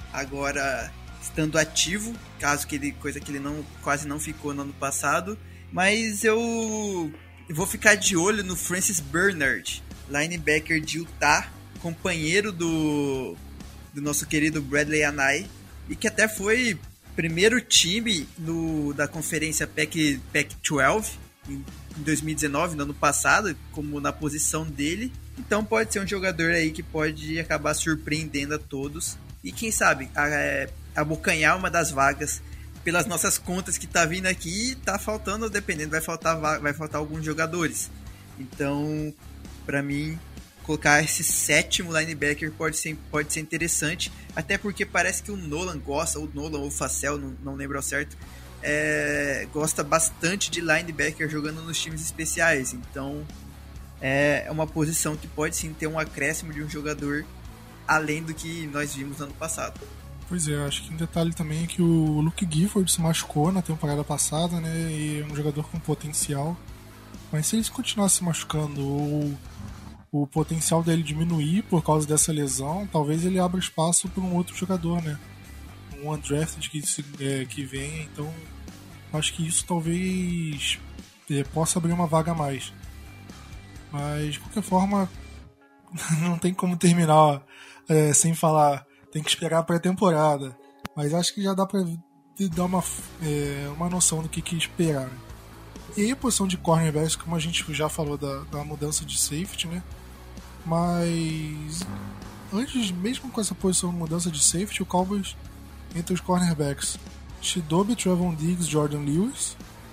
agora estando ativo, coisa que ele quase não ficou no ano passado. Mas eu vou ficar de olho no Francis Bernard, linebacker de Utah, companheiro do nosso querido Bradley Anae, e que até foi primeiro time da conferência Pac-12 em 2019, no ano passado, como na posição dele. Então pode ser um jogador aí que pode acabar surpreendendo a todos e quem sabe abocanhar uma das vagas. Pelas nossas contas que tá vindo aqui, tá faltando, dependendo, vai faltar alguns jogadores. Então, para mim, colocar esse 7º linebacker pode ser interessante, até porque parece que o Nolan ou o Facel, não lembro ao certo, gosta bastante de linebacker jogando nos times especiais. Então é uma posição que pode sim ter um acréscimo de um jogador além do que nós vimos no ano passado. Pois é, acho que um detalhe também é que o Luke Gifford se machucou na temporada passada, né, e é um jogador com potencial, mas se ele continuar se machucando ou o potencial dele diminuir por causa dessa lesão, talvez ele abra espaço para um outro jogador, né, um undrafted que venha. Então acho que isso talvez possa abrir uma vaga a mais, mas de qualquer forma não tem como terminar sem falar, tem que esperar a pré-temporada, mas acho que já dá pra dar uma noção do que esperar, né? E aí a posição de cornerbacks, como a gente já falou da mudança de safety, né? Mas antes, mesmo com essa posição de mudança de safety, o Cowboys entre os cornerbacks: Chidobe, Trevon Diggs, Jordan Lewis,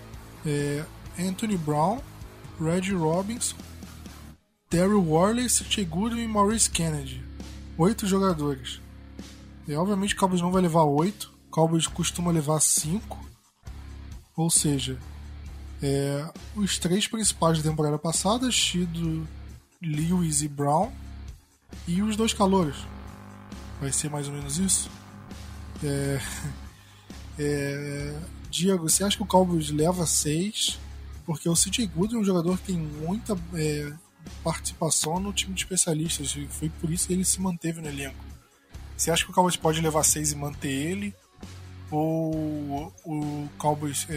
Anthony Brown, Reggie Robinson, Terry Worley, C.J. Goodwin e Maurice Kennedy. 8 jogadores. E obviamente o Cowboys não vai levar 8. O Cowboys costuma levar 5. Ou seja, os 3 principais da temporada passada, Chido, Lewis e Brown, e os 2 calouros. Vai ser mais ou menos isso? Diego, você acha que o Cowboys leva 6? Porque o C.J. Goodwin é um jogador que tem muita participação no time de especialistas, e foi por isso que ele se manteve no elenco. Você acha que o Cowboys pode levar 6 e manter ele? Ou o Cowboys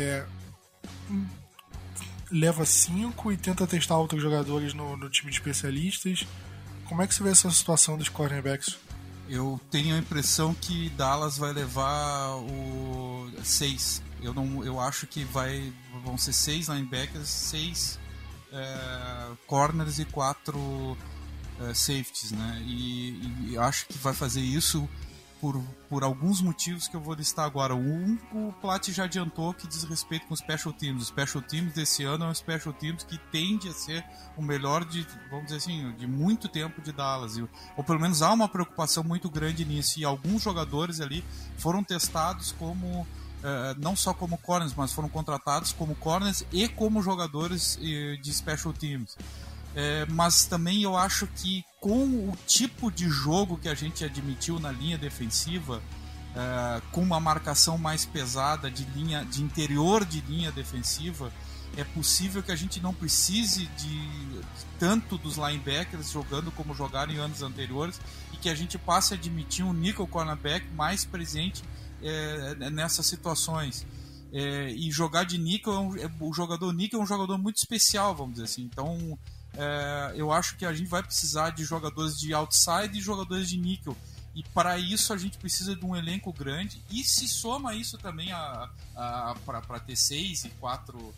leva 5 e tenta testar outros jogadores no time de especialistas? Como é que você vê essa situação dos cornerbacks? Eu tenho a impressão que Dallas vai levar o 6. Eu acho que vão ser 6 linebackers, 6 corners e 4 safeties, né? E acho que vai fazer isso por alguns motivos que eu vou listar agora. O Platt já adiantou que diz respeito com os special teams. Os special teams desse ano é um special teams que tende a ser o melhor de, vamos dizer assim, de muito tempo de Dallas. Ou pelo menos há uma preocupação muito grande nisso. E alguns jogadores ali foram testados como... não só como corners, mas foram contratados como corners e como jogadores de special teams. Mas também eu acho que com o tipo de jogo que a gente admitiu na linha defensiva, com uma marcação mais pesada de interior de linha defensiva, é possível que a gente não precise de tanto dos linebackers jogando como jogaram em anos anteriores, e que a gente passe a admitir um nickel cornerback mais presente nessas situações. E jogar de nickel, o jogador nickel é um jogador muito especial, vamos dizer assim. Então eu acho que a gente vai precisar de jogadores de outside e jogadores de nickel, e para isso a gente precisa de um elenco grande, e se soma isso também para ter 6 e 4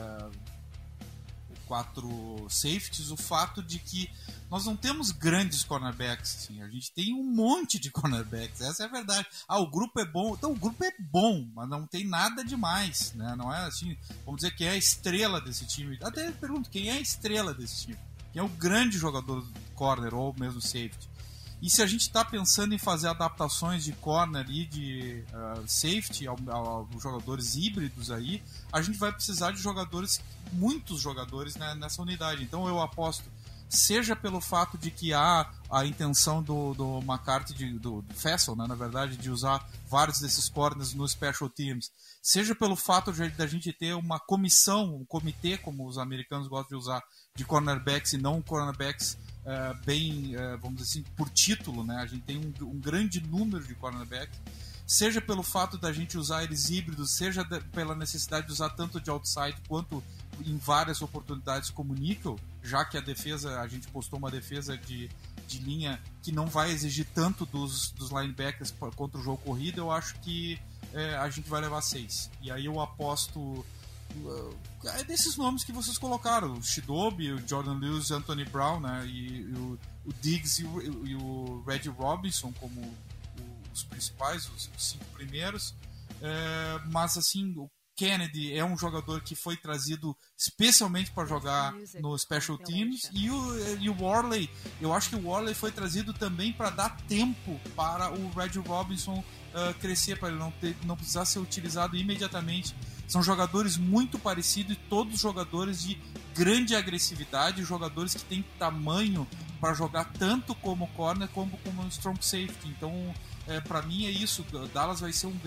safeties, o fato de que nós não temos grandes cornerbacks, assim. A gente tem um monte de cornerbacks, essa é a verdade. O grupo é bom, então o grupo é bom, mas não tem nada demais, né? Não é assim, vamos dizer, quem é a estrela desse time. Até pergunto, quem é a estrela desse time? Quem é o grande jogador corner ou mesmo safety? E se a gente está pensando em fazer adaptações de corner e de safety aos jogadores híbridos aí, a gente vai precisar de muitos jogadores, né, nessa unidade. Então eu aposto, seja pelo fato de que há a intenção do McCarthy, do Fassel, né, na verdade, de usar vários desses corners nos special teams, seja pelo fato da gente ter uma comissão, um comitê, como os americanos gostam de usar, de cornerbacks e não cornerbacks vamos dizer assim, por título, né? A gente tem um grande número de cornerbacks, seja pelo fato da gente usar eles híbridos, seja pela necessidade de usar tanto de outside quanto em várias oportunidades como nickel, já que a gente postou uma defesa de linha que não vai exigir tanto dos linebackers contra o jogo corrido. Eu acho que a gente vai levar 6. E aí eu aposto desses nomes que vocês colocaram, o Chidobe, o Jordan Lewis, Anthony Brown, né, e o Diggs e o Reggie Robinson como os principais, os 5 primeiros. Mas assim, o Kennedy é um jogador que foi trazido especialmente para jogar no Special Teams, e o Worley, eu acho que o Worley foi trazido também para dar tempo para o Reggie Robinson crescer, para ele não precisar ser utilizado imediatamente. São jogadores muito parecidos e todos jogadores de grande agressividade, jogadores que têm tamanho para jogar tanto como corner como strong safety. Então, para mim é isso. O Dallas vai ser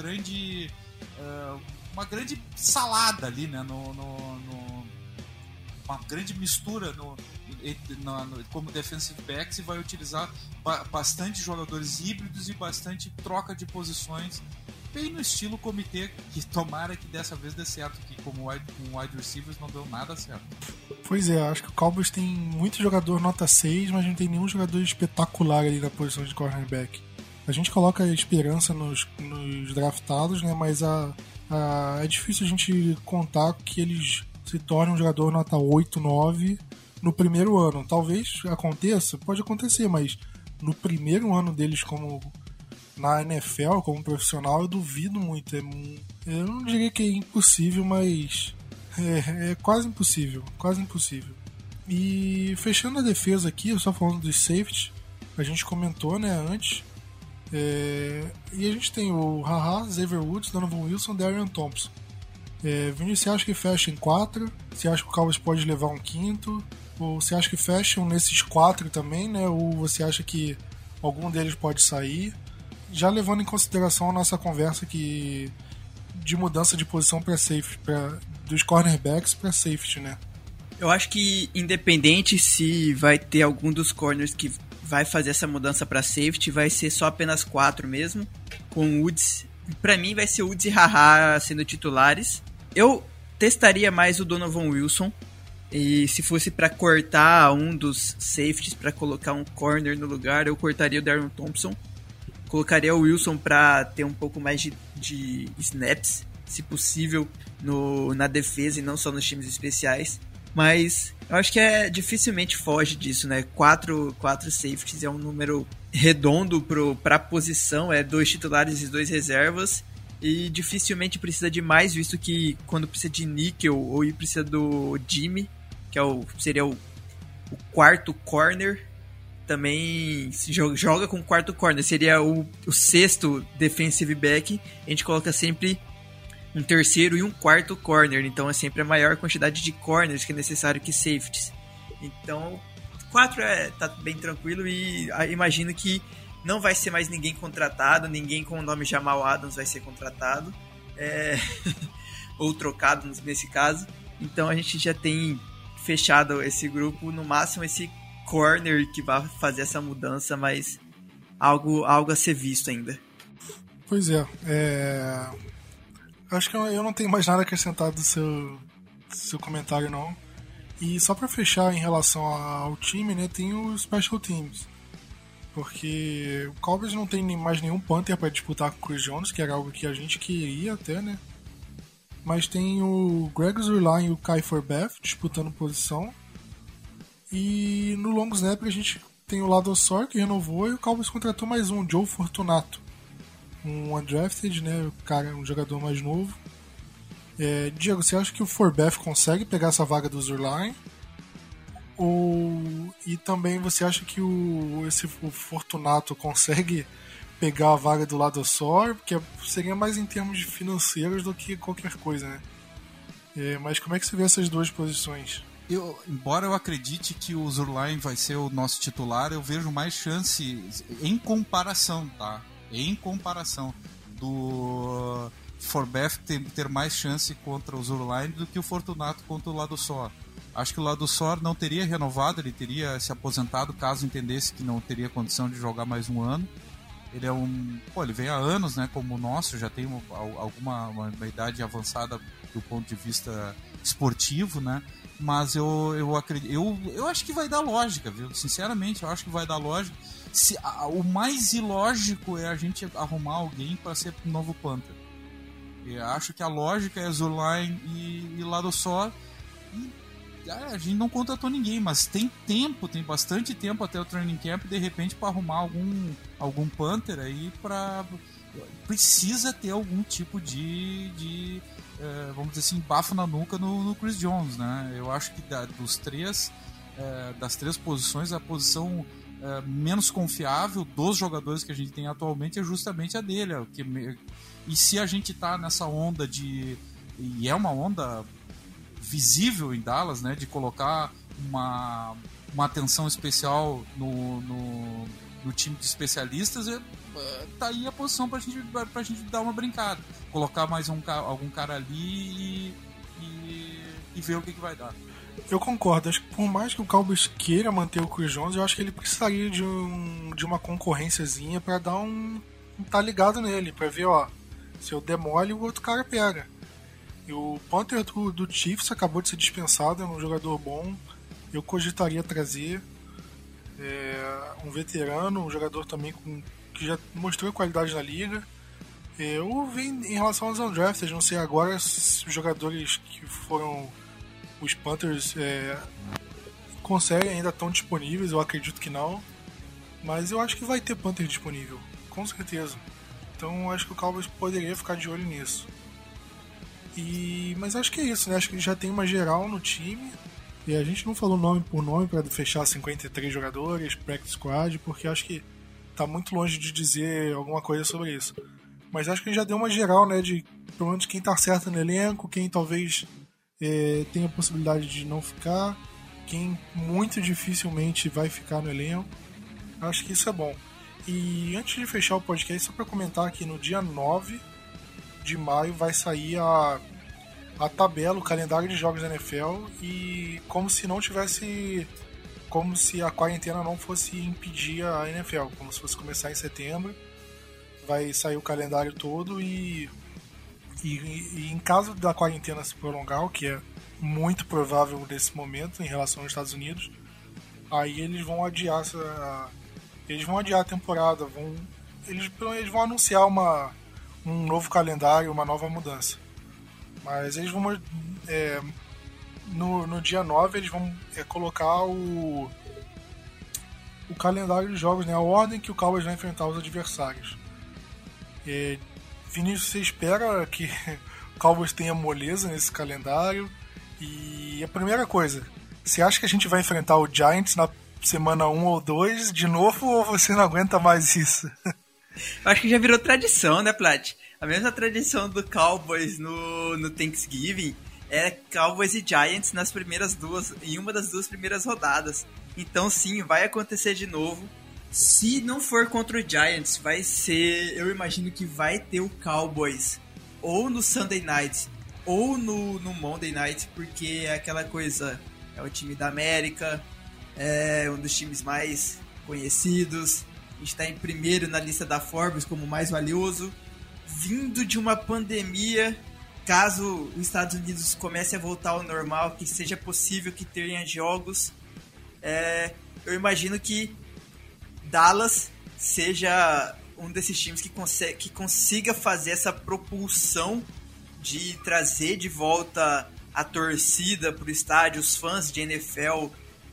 uma grande salada ali, né? Uma grande mistura como defensive backs, e vai utilizar bastante jogadores híbridos e bastante troca de posições, bem no estilo comitê, que tomara que dessa vez dê certo, que como wide receivers não deu nada certo. Pois é, acho que o Cowboys tem muito jogador nota 6, mas não tem nenhum jogador espetacular ali na posição de cornerback. A gente coloca a esperança nos draftados, né, mas é difícil a gente contar que eles se tornem um jogador nota 8, 9 no primeiro ano. Talvez aconteça, pode acontecer, mas no primeiro ano deles como na NFL, como profissional, eu duvido muito. Eu não diria que é impossível, mas é quase impossível. Quase impossível. E fechando a defesa aqui, só falando dos safeties, a gente comentou, né, antes. E a gente tem o Haha, Xavier Woods, Donovan Wilson, Darian Thompson. Vinícius, você acha que fecha em 4? Você acha que o Cowboys pode levar um quinto? Ou você acha que fecham nesses 4 também, né? Ou você acha que algum deles pode sair? Já levando em consideração a nossa conversa de mudança de posição para safety, dos cornerbacks para safety, né? Eu acho que independente se vai ter algum dos corners que vai fazer essa mudança para safety, vai ser só apenas 4 mesmo, com Woods. Para mim vai ser Woods e Haha sendo titulares. Eu testaria mais o Donovan Wilson, e se fosse para cortar um dos safeties para colocar um corner no lugar, eu cortaria o Darian Thompson. Colocaria o Wilson para ter um pouco mais de snaps, se possível, na defesa e não só nos times especiais. Mas eu acho que dificilmente foge disso, né? Quatro safeties é um número redondo para a posição, 2 titulares e 2 reservas. E dificilmente precisa de mais, visto que quando precisa de níquel ou precisa do Jimmy, que seria o quarto corner, também se joga com o quarto corner, seria o sexto defensive back, a gente coloca sempre um terceiro e um quarto corner, então é sempre a maior quantidade de corners que é necessário que safeties. Então 4 tá bem tranquilo e imagino que não vai ser mais ninguém contratado, ninguém com o nome Jamal Adams vai ser contratado, ou trocado nesse caso. Então a gente já tem fechado esse grupo, no máximo esse corner que vai fazer essa mudança, mas algo a ser visto ainda. Pois é, acho que eu não tenho mais nada a acrescentar do seu comentário, não. E só para fechar em relação ao time, né, tem os Special Teams. Porque o Cowboys não tem mais nenhum punter para disputar com o Chris Jones, que era algo que a gente queria até, né? Mas tem o Greg Zuerlein e o Kai Forbath disputando posição. E no long snapper a gente tem o Lado Sor, que renovou, e o Cowboys contratou mais um, Joe Fortunato. Um undrafted, né? O cara, um jogador mais novo. Diego, você acha que o Forbath consegue pegar essa vaga do Zuerlein? E também você acha que o Fortunato consegue pegar a vaga do Lado Sor? Porque seria mais em termos de financeiros do que qualquer coisa, né? Mas como é que você vê essas duas posições? Embora eu acredite que o Zuerlein vai ser o nosso titular, eu vejo mais chance em comparação, tá? Em comparação do Forbath ter mais chance contra o Zuerlein do que o Fortunato contra o Lado Sor. Acho que o Lado Sor não teria renovado, ele teria se aposentado caso entendesse que não teria condição de jogar mais um ano. Ele é ele vem há anos, né, como o nosso, já tem uma idade avançada do ponto de vista esportivo, né? Mas eu acredito, eu acho que vai dar lógica, viu? Sinceramente, eu acho que vai dar lógica. O mais ilógico é a gente arrumar alguém para ser novo punter. Eu acho que a lógica é Zuerlein e Lado Sor. A gente não contratou ninguém, mas tem bastante tempo até o training camp, de repente, para arrumar algum punter aí, precisa ter algum tipo de vamos dizer assim, bafo na nuca no Chris Jones, né? Eu acho que das três posições, a posição menos confiável dos jogadores que a gente tem atualmente é justamente a dele. E se a gente tá nessa onda e é uma onda visível em Dallas, né, de colocar uma atenção especial no time de especialistas, tá aí a posição pra gente dar uma brincada, colocar mais algum cara ali e ver o que vai dar. Eu concordo, acho que por mais que o Cowboys queira manter o Chris Jones, eu acho que ele precisaria de uma concorrênciazinha pra dar tá ligado nele, pra ver, se eu demole, o outro cara pega. E o punter do Chiefs acabou de ser dispensado, é um jogador bom. Eu cogitaria trazer um veterano, um jogador também que já mostrou qualidade na liga. Eu vi em relação aos undrafted, não sei agora se os jogadores que foram os Panthers conseguem, ainda estão disponíveis, eu acredito que não. Mas eu acho que vai ter Panther disponível, com certeza. Então acho que o Cowboys poderia ficar de olho nisso. Mas acho que é isso, né? Acho que já tem uma geral no time. E a gente não falou nome por nome para fechar 53 jogadores, practice squad, porque acho que tá muito longe de dizer alguma coisa sobre isso. Mas acho que a gente já deu uma geral, né? De pelo menos quem tá certo no elenco, quem talvez tenha a possibilidade de não ficar, quem muito dificilmente vai ficar no elenco. Acho que isso é bom. E antes de fechar o podcast, só para comentar que no dia 9 de maio vai sair a tabela, o calendário de jogos da NFL, e como se a quarentena não fosse impedir a NFL, como se fosse começar em setembro, vai sair o calendário todo e em caso da quarentena se prolongar, o que é muito provável nesse momento em relação aos Estados Unidos, aí eles vão adiar a temporada, eles vão anunciar um novo calendário, uma nova mudança. Mas eles vão no dia 9 eles vão colocar o calendário de jogos, né? A ordem que o Cowboys vai enfrentar os adversários. Vinícius, você espera que o Cowboys tenha moleza nesse calendário? E a primeira coisa, você acha que a gente vai enfrentar o Giants na semana 1 ou 2 de novo, ou você não aguenta mais isso? Eu acho que já virou tradição, né, Plat? A mesma tradição do Cowboys no Thanksgiving é Cowboys e Giants em uma das duas primeiras rodadas. Então sim, vai acontecer de novo. Se não for contra o Giants, vai ser... Eu imagino que vai ter o Cowboys ou no Sunday Night ou no Monday Night, porque é aquela coisa, é o time da América, é um dos times mais conhecidos, a gente está em primeiro na lista da Forbes como mais valioso, vindo de uma pandemia. Caso os Estados Unidos comece a voltar ao normal, que seja possível que tenha jogos, eu imagino que Dallas seja um desses times que consiga fazer essa propulsão de trazer de volta a torcida para o estádio, os fãs de NFL,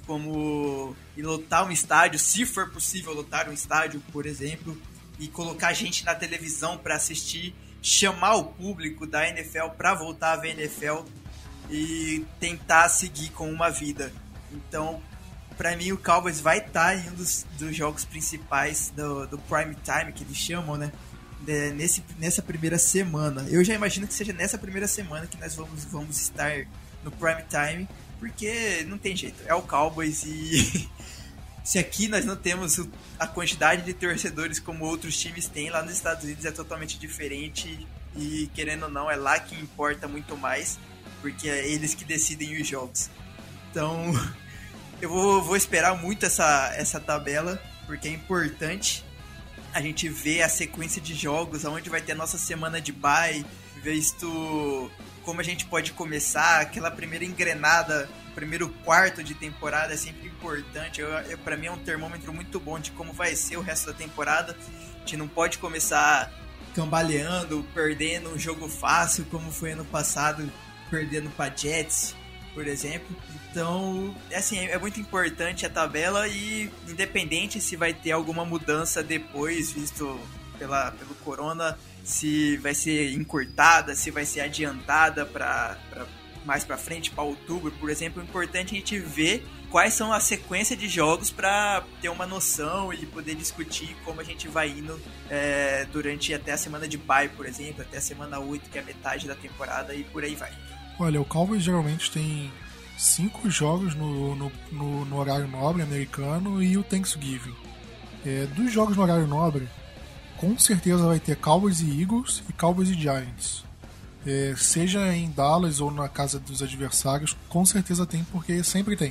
e lotar um estádio, se for possível lotar um estádio, por exemplo, e colocar gente na televisão para assistir, chamar o público da NFL para voltar a ver NFL e tentar seguir com uma vida. Então, para mim, o Cowboys vai estar em um dos jogos principais do prime time, que eles chamam, né? Nessa primeira semana. Eu já imagino que seja nessa primeira semana que nós vamos estar no prime time, porque não tem jeito, é o Cowboys e se aqui nós não temos a quantidade de torcedores como outros times têm, lá nos Estados Unidos é totalmente diferente e, querendo ou não, é lá que importa muito mais, porque é eles que decidem os jogos. Então, eu vou esperar muito essa tabela, porque é importante a gente ver a sequência de jogos, onde vai ter a nossa semana de bye, visto como a gente pode começar, aquela primeira engrenada, primeiro quarto de temporada é sempre importante. Para mim é um termômetro muito bom de como vai ser o resto da temporada. A gente não pode começar cambaleando, perdendo um jogo fácil, como foi ano passado, perdendo para Jets, por exemplo. Então, assim, é muito importante a tabela e independente se vai ter alguma mudança depois, visto pelo Corona, se vai ser encurtada, se vai ser adiantada para mais para frente, para outubro, por exemplo, é importante a gente ver quais são a sequência de jogos para ter uma noção e poder discutir como a gente vai indo durante até a semana de bye, por exemplo, até a semana 8, que é a metade da temporada, e por aí vai. Olha, o Cowboys geralmente tem 5 jogos no horário nobre americano e o Thanksgiving. Dos jogos no horário nobre, com certeza vai ter Cowboys e Eagles e Cowboys e Giants. Seja em Dallas ou na casa dos adversários, com certeza tem, porque sempre tem.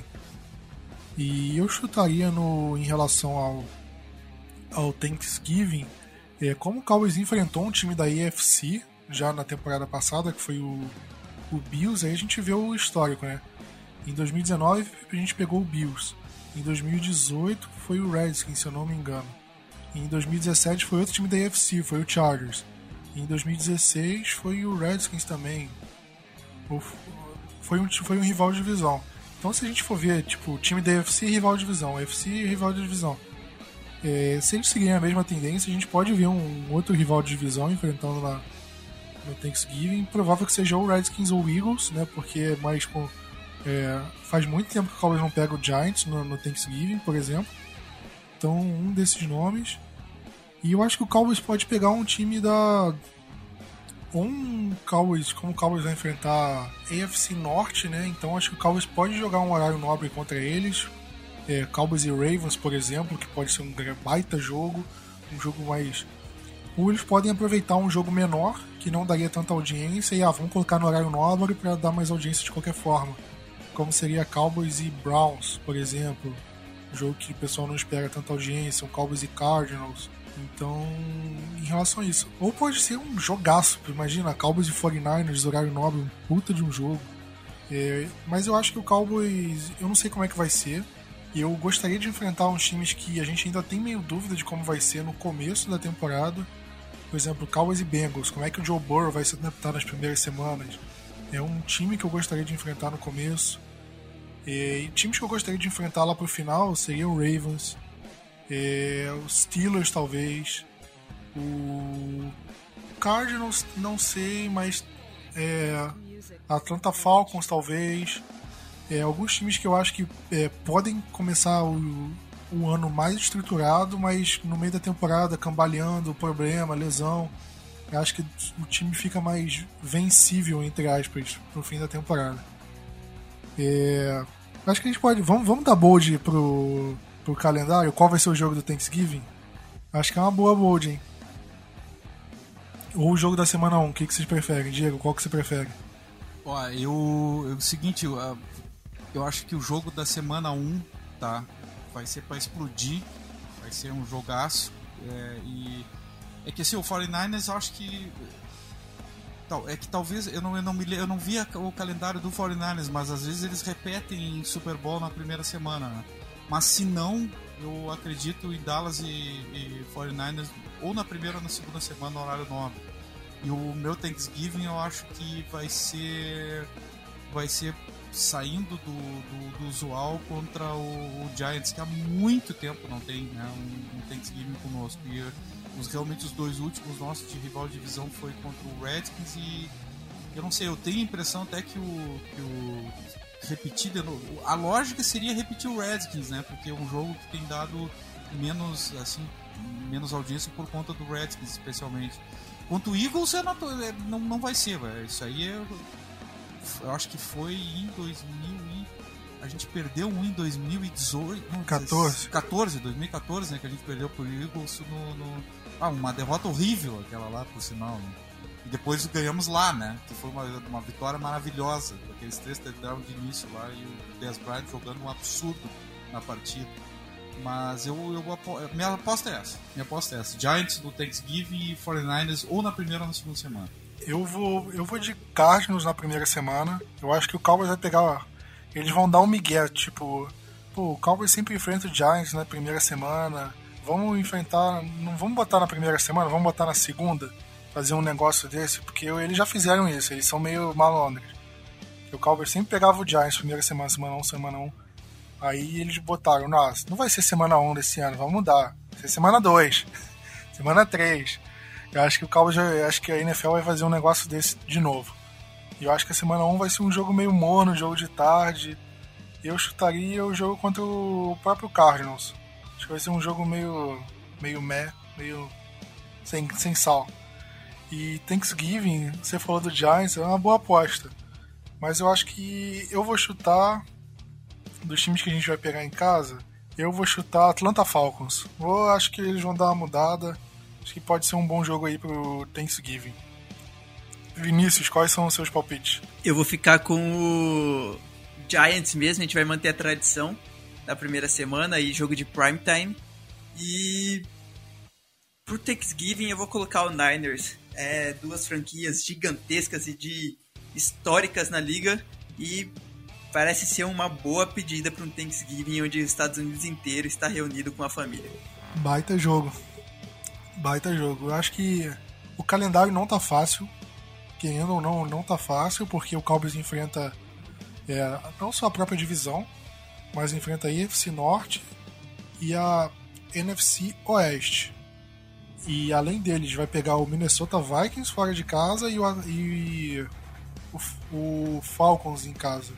E eu chutaria em relação ao Thanksgiving, como o Cowboys enfrentou um time da AFC já na temporada passada, que foi o Bills, aí a gente vê o histórico, né? Em 2019 a gente pegou o Bills, em 2018 foi o Redskins, se eu não me engano. Em 2017 foi outro time da AFC, foi o Chargers. Em 2016 foi o Redskins também. Foi um rival de divisão. Então, se a gente for ver, tipo, o time da AFC rival de divisão, AFC rival de divisão, se eles seguirem a mesma tendência, a gente pode ver um outro rival de divisão enfrentando no Thanksgiving. Provável que seja o Redskins ou o Eagles, né? Porque faz muito tempo que o Cowboys não pega o Giants no Thanksgiving, por exemplo. Então, um desses nomes. E eu acho que o Cowboys pode pegar um time como o Cowboys vai enfrentar AFC Norte, né? Então acho que o Cowboys pode jogar um horário nobre contra eles. Cowboys e Ravens, por exemplo, que pode ser um baita jogo. Um jogo mais... Ou eles podem aproveitar um jogo menor, que não daria tanta audiência, e vamos colocar no horário nobre para dar mais audiência de qualquer forma. Como seria Cowboys e Browns, por exemplo. Um jogo que o pessoal não espera tanta audiência. Um Cowboys e Cardinals. Então, em relação a isso, ou pode ser um jogaço, imagina, Cowboys e 49ers, horário nobre, um puta de um jogo. Mas eu acho que o Cowboys, eu não sei como é que vai ser, e eu gostaria de enfrentar uns times que a gente ainda tem meio dúvida de como vai ser no começo da temporada. Por exemplo, Cowboys e Bengals, como é que o Joe Burrow vai se adaptar nas primeiras semanas. é um time que eu gostaria de enfrentar no começo. E times que eu gostaria de enfrentar lá pro final seriam o Ravens, os Steelers talvez, o Cardinals não sei, mas Atlanta Falcons talvez, alguns times que eu acho que podem começar o ano mais estruturado, mas no meio da temporada cambaleando, problema, lesão, eu acho que o time fica mais vencível, entre aspas, pro fim da temporada. Acho que a gente pode. Vamos dar bold pro calendário. Qual vai ser o jogo do Thanksgiving? Acho que é uma boa bold, hein? Ou o jogo da semana 1, o que vocês preferem? Diego, qual que você prefere? Ó, o seguinte, eu acho que o jogo da semana 1, tá? Vai ser pra explodir. Vai ser um jogaço. E é que assim, o 49ers eu acho que. É que talvez eu não vi o calendário do 49ers, mas às vezes eles repetem Super Bowl na primeira semana, né? Mas se não, eu acredito em Dallas e 49ers ou na primeira ou na segunda semana no horário nobre. E o meu Thanksgiving eu acho que vai ser saindo do usual contra o Giants, que há muito tempo não tem, né, um Thanksgiving conosco. E realmente os dois últimos nossos de rival de divisão foi contra o Redskins, e eu não sei, eu tenho a impressão até que o repetir de novo, a lógica seria repetir o Redskins, né, porque é um jogo que tem dado menos audiência por conta do Redskins, especialmente. Quanto o Eagles, não vai ser, véio. Isso aí eu acho que foi em 2000 a gente perdeu um em 2018, 2014, né, que a gente perdeu pro Eagles uma derrota horrível aquela lá, por sinal, né? E depois ganhamos lá, né, que foi uma vitória maravilhosa, aqueles 3 touchdowns de início lá e o Dez Bryant jogando um absurdo na partida. Mas minha aposta é essa. Giants no Thanksgiving e 49ers ou na primeira ou na segunda semana. Eu vou de Cardinals na primeira semana. Eu acho que o Cowboys vai pegar. Eles vão dar um migué, tipo, o Cowboys sempre enfrenta o Giants na primeira semana. Vamos enfrentar. Não vamos botar na primeira semana, vamos botar na segunda. Fazer um negócio desse, porque eles já fizeram isso, eles são meio malandros. O Cowboys sempre pegava o Giants primeira semana, semana 1. Aí eles botaram, nossa, não vai ser semana 1 desse ano, vamos mudar. Vai ser semana 2, semana 3. Eu acho que o Cowboys, acho que a NFL vai fazer um negócio desse de novo. E eu acho que a semana 1 vai ser um jogo meio morno, jogo de tarde. Eu chutaria o jogo contra o próprio Cardinals. Acho que vai ser um jogo meio sem sal. E Thanksgiving, você falou do Giants, é uma boa aposta. Mas eu acho que eu vou chutar, dos times que a gente vai pegar em casa, eu vou chutar Atlanta Falcons. Acho que eles vão dar uma mudada. Acho que pode ser um bom jogo aí pro Thanksgiving. Vinícius, quais são os seus palpites? Eu vou ficar com o Giants mesmo, a gente vai manter a tradição da primeira semana e jogo de prime time. E pro Thanksgiving eu vou colocar o Niners. Duas franquias gigantescas e históricas na liga, e parece ser uma boa pedida para um Thanksgiving onde os Estados Unidos inteiro está reunido com a família. Baita jogo. Eu acho que o calendário não tá fácil. Querendo ou não tá fácil, porque o Cowboys enfrenta não só a própria divisão, mas enfrenta a NFC Norte e a NFC Oeste. E além deles, vai pegar o Minnesota Vikings fora de casa e o Falcons em casa.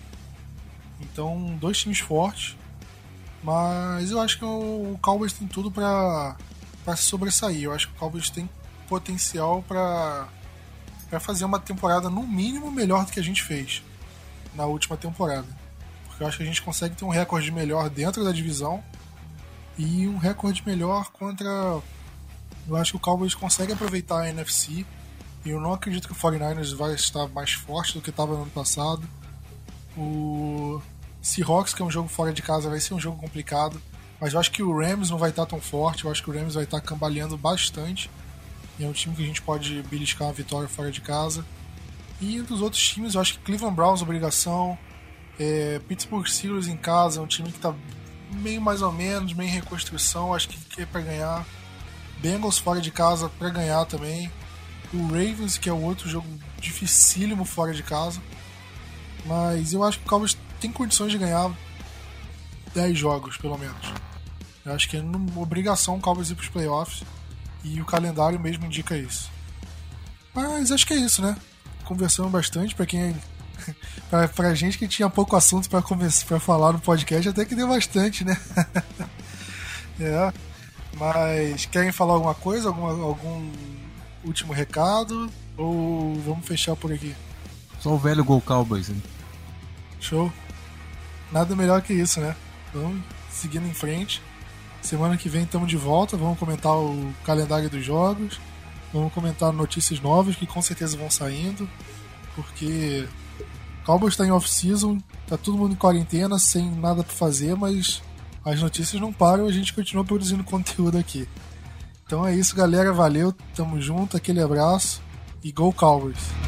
Então, 2 times fortes. Mas eu acho que o Cowboys tem tudo para se sobressair. Eu acho que o Cowboys tem potencial para fazer uma temporada no mínimo melhor do que a gente fez na última temporada. Porque eu acho que a gente consegue ter um recorde melhor dentro da divisão e um recorde melhor contra... Eu acho que o Cowboys consegue aproveitar a NFC, e eu não acredito que o 49ers vai estar mais forte do que estava no ano passado. O Seahawks, que é um jogo fora de casa, vai ser um jogo complicado, mas eu acho que o Rams não vai estar tão forte. Eu acho que o Rams vai estar cambaleando bastante, e é um time que a gente pode beliscar uma vitória fora de casa. E dos outros times, eu acho que Cleveland Browns, obrigação, Pittsburgh Steelers em casa, é um time que está meio mais ou menos, meio em reconstrução, acho que é para ganhar. Bengals fora de casa para ganhar também. o Ravens, que é o outro jogo dificílimo fora de casa. Mas eu acho que o Cowboys tem condições de ganhar 10 jogos, pelo menos. Eu acho que é uma obrigação o Cowboys ir para os playoffs. E o calendário mesmo indica isso. Mas acho que é isso, né? Conversamos bastante. Pra gente que tinha pouco assunto pra falar no podcast, até que deu bastante, né? Mas querem falar alguma coisa? Algum último recado? Ou vamos fechar por aqui? Só o velho Go Cowboys, hein? Show. Nada melhor que isso, né? Vamos seguindo em frente. Semana que vem estamos de volta. Vamos comentar o calendário dos jogos. Vamos comentar notícias novas que com certeza vão saindo. Porque o Cowboys está em off-season. Tá todo mundo em quarentena, sem nada para fazer. Mas as notícias não param e a gente continua produzindo conteúdo aqui. Então é isso, galera. Valeu. Tamo junto. Aquele abraço. E Go Cowboys!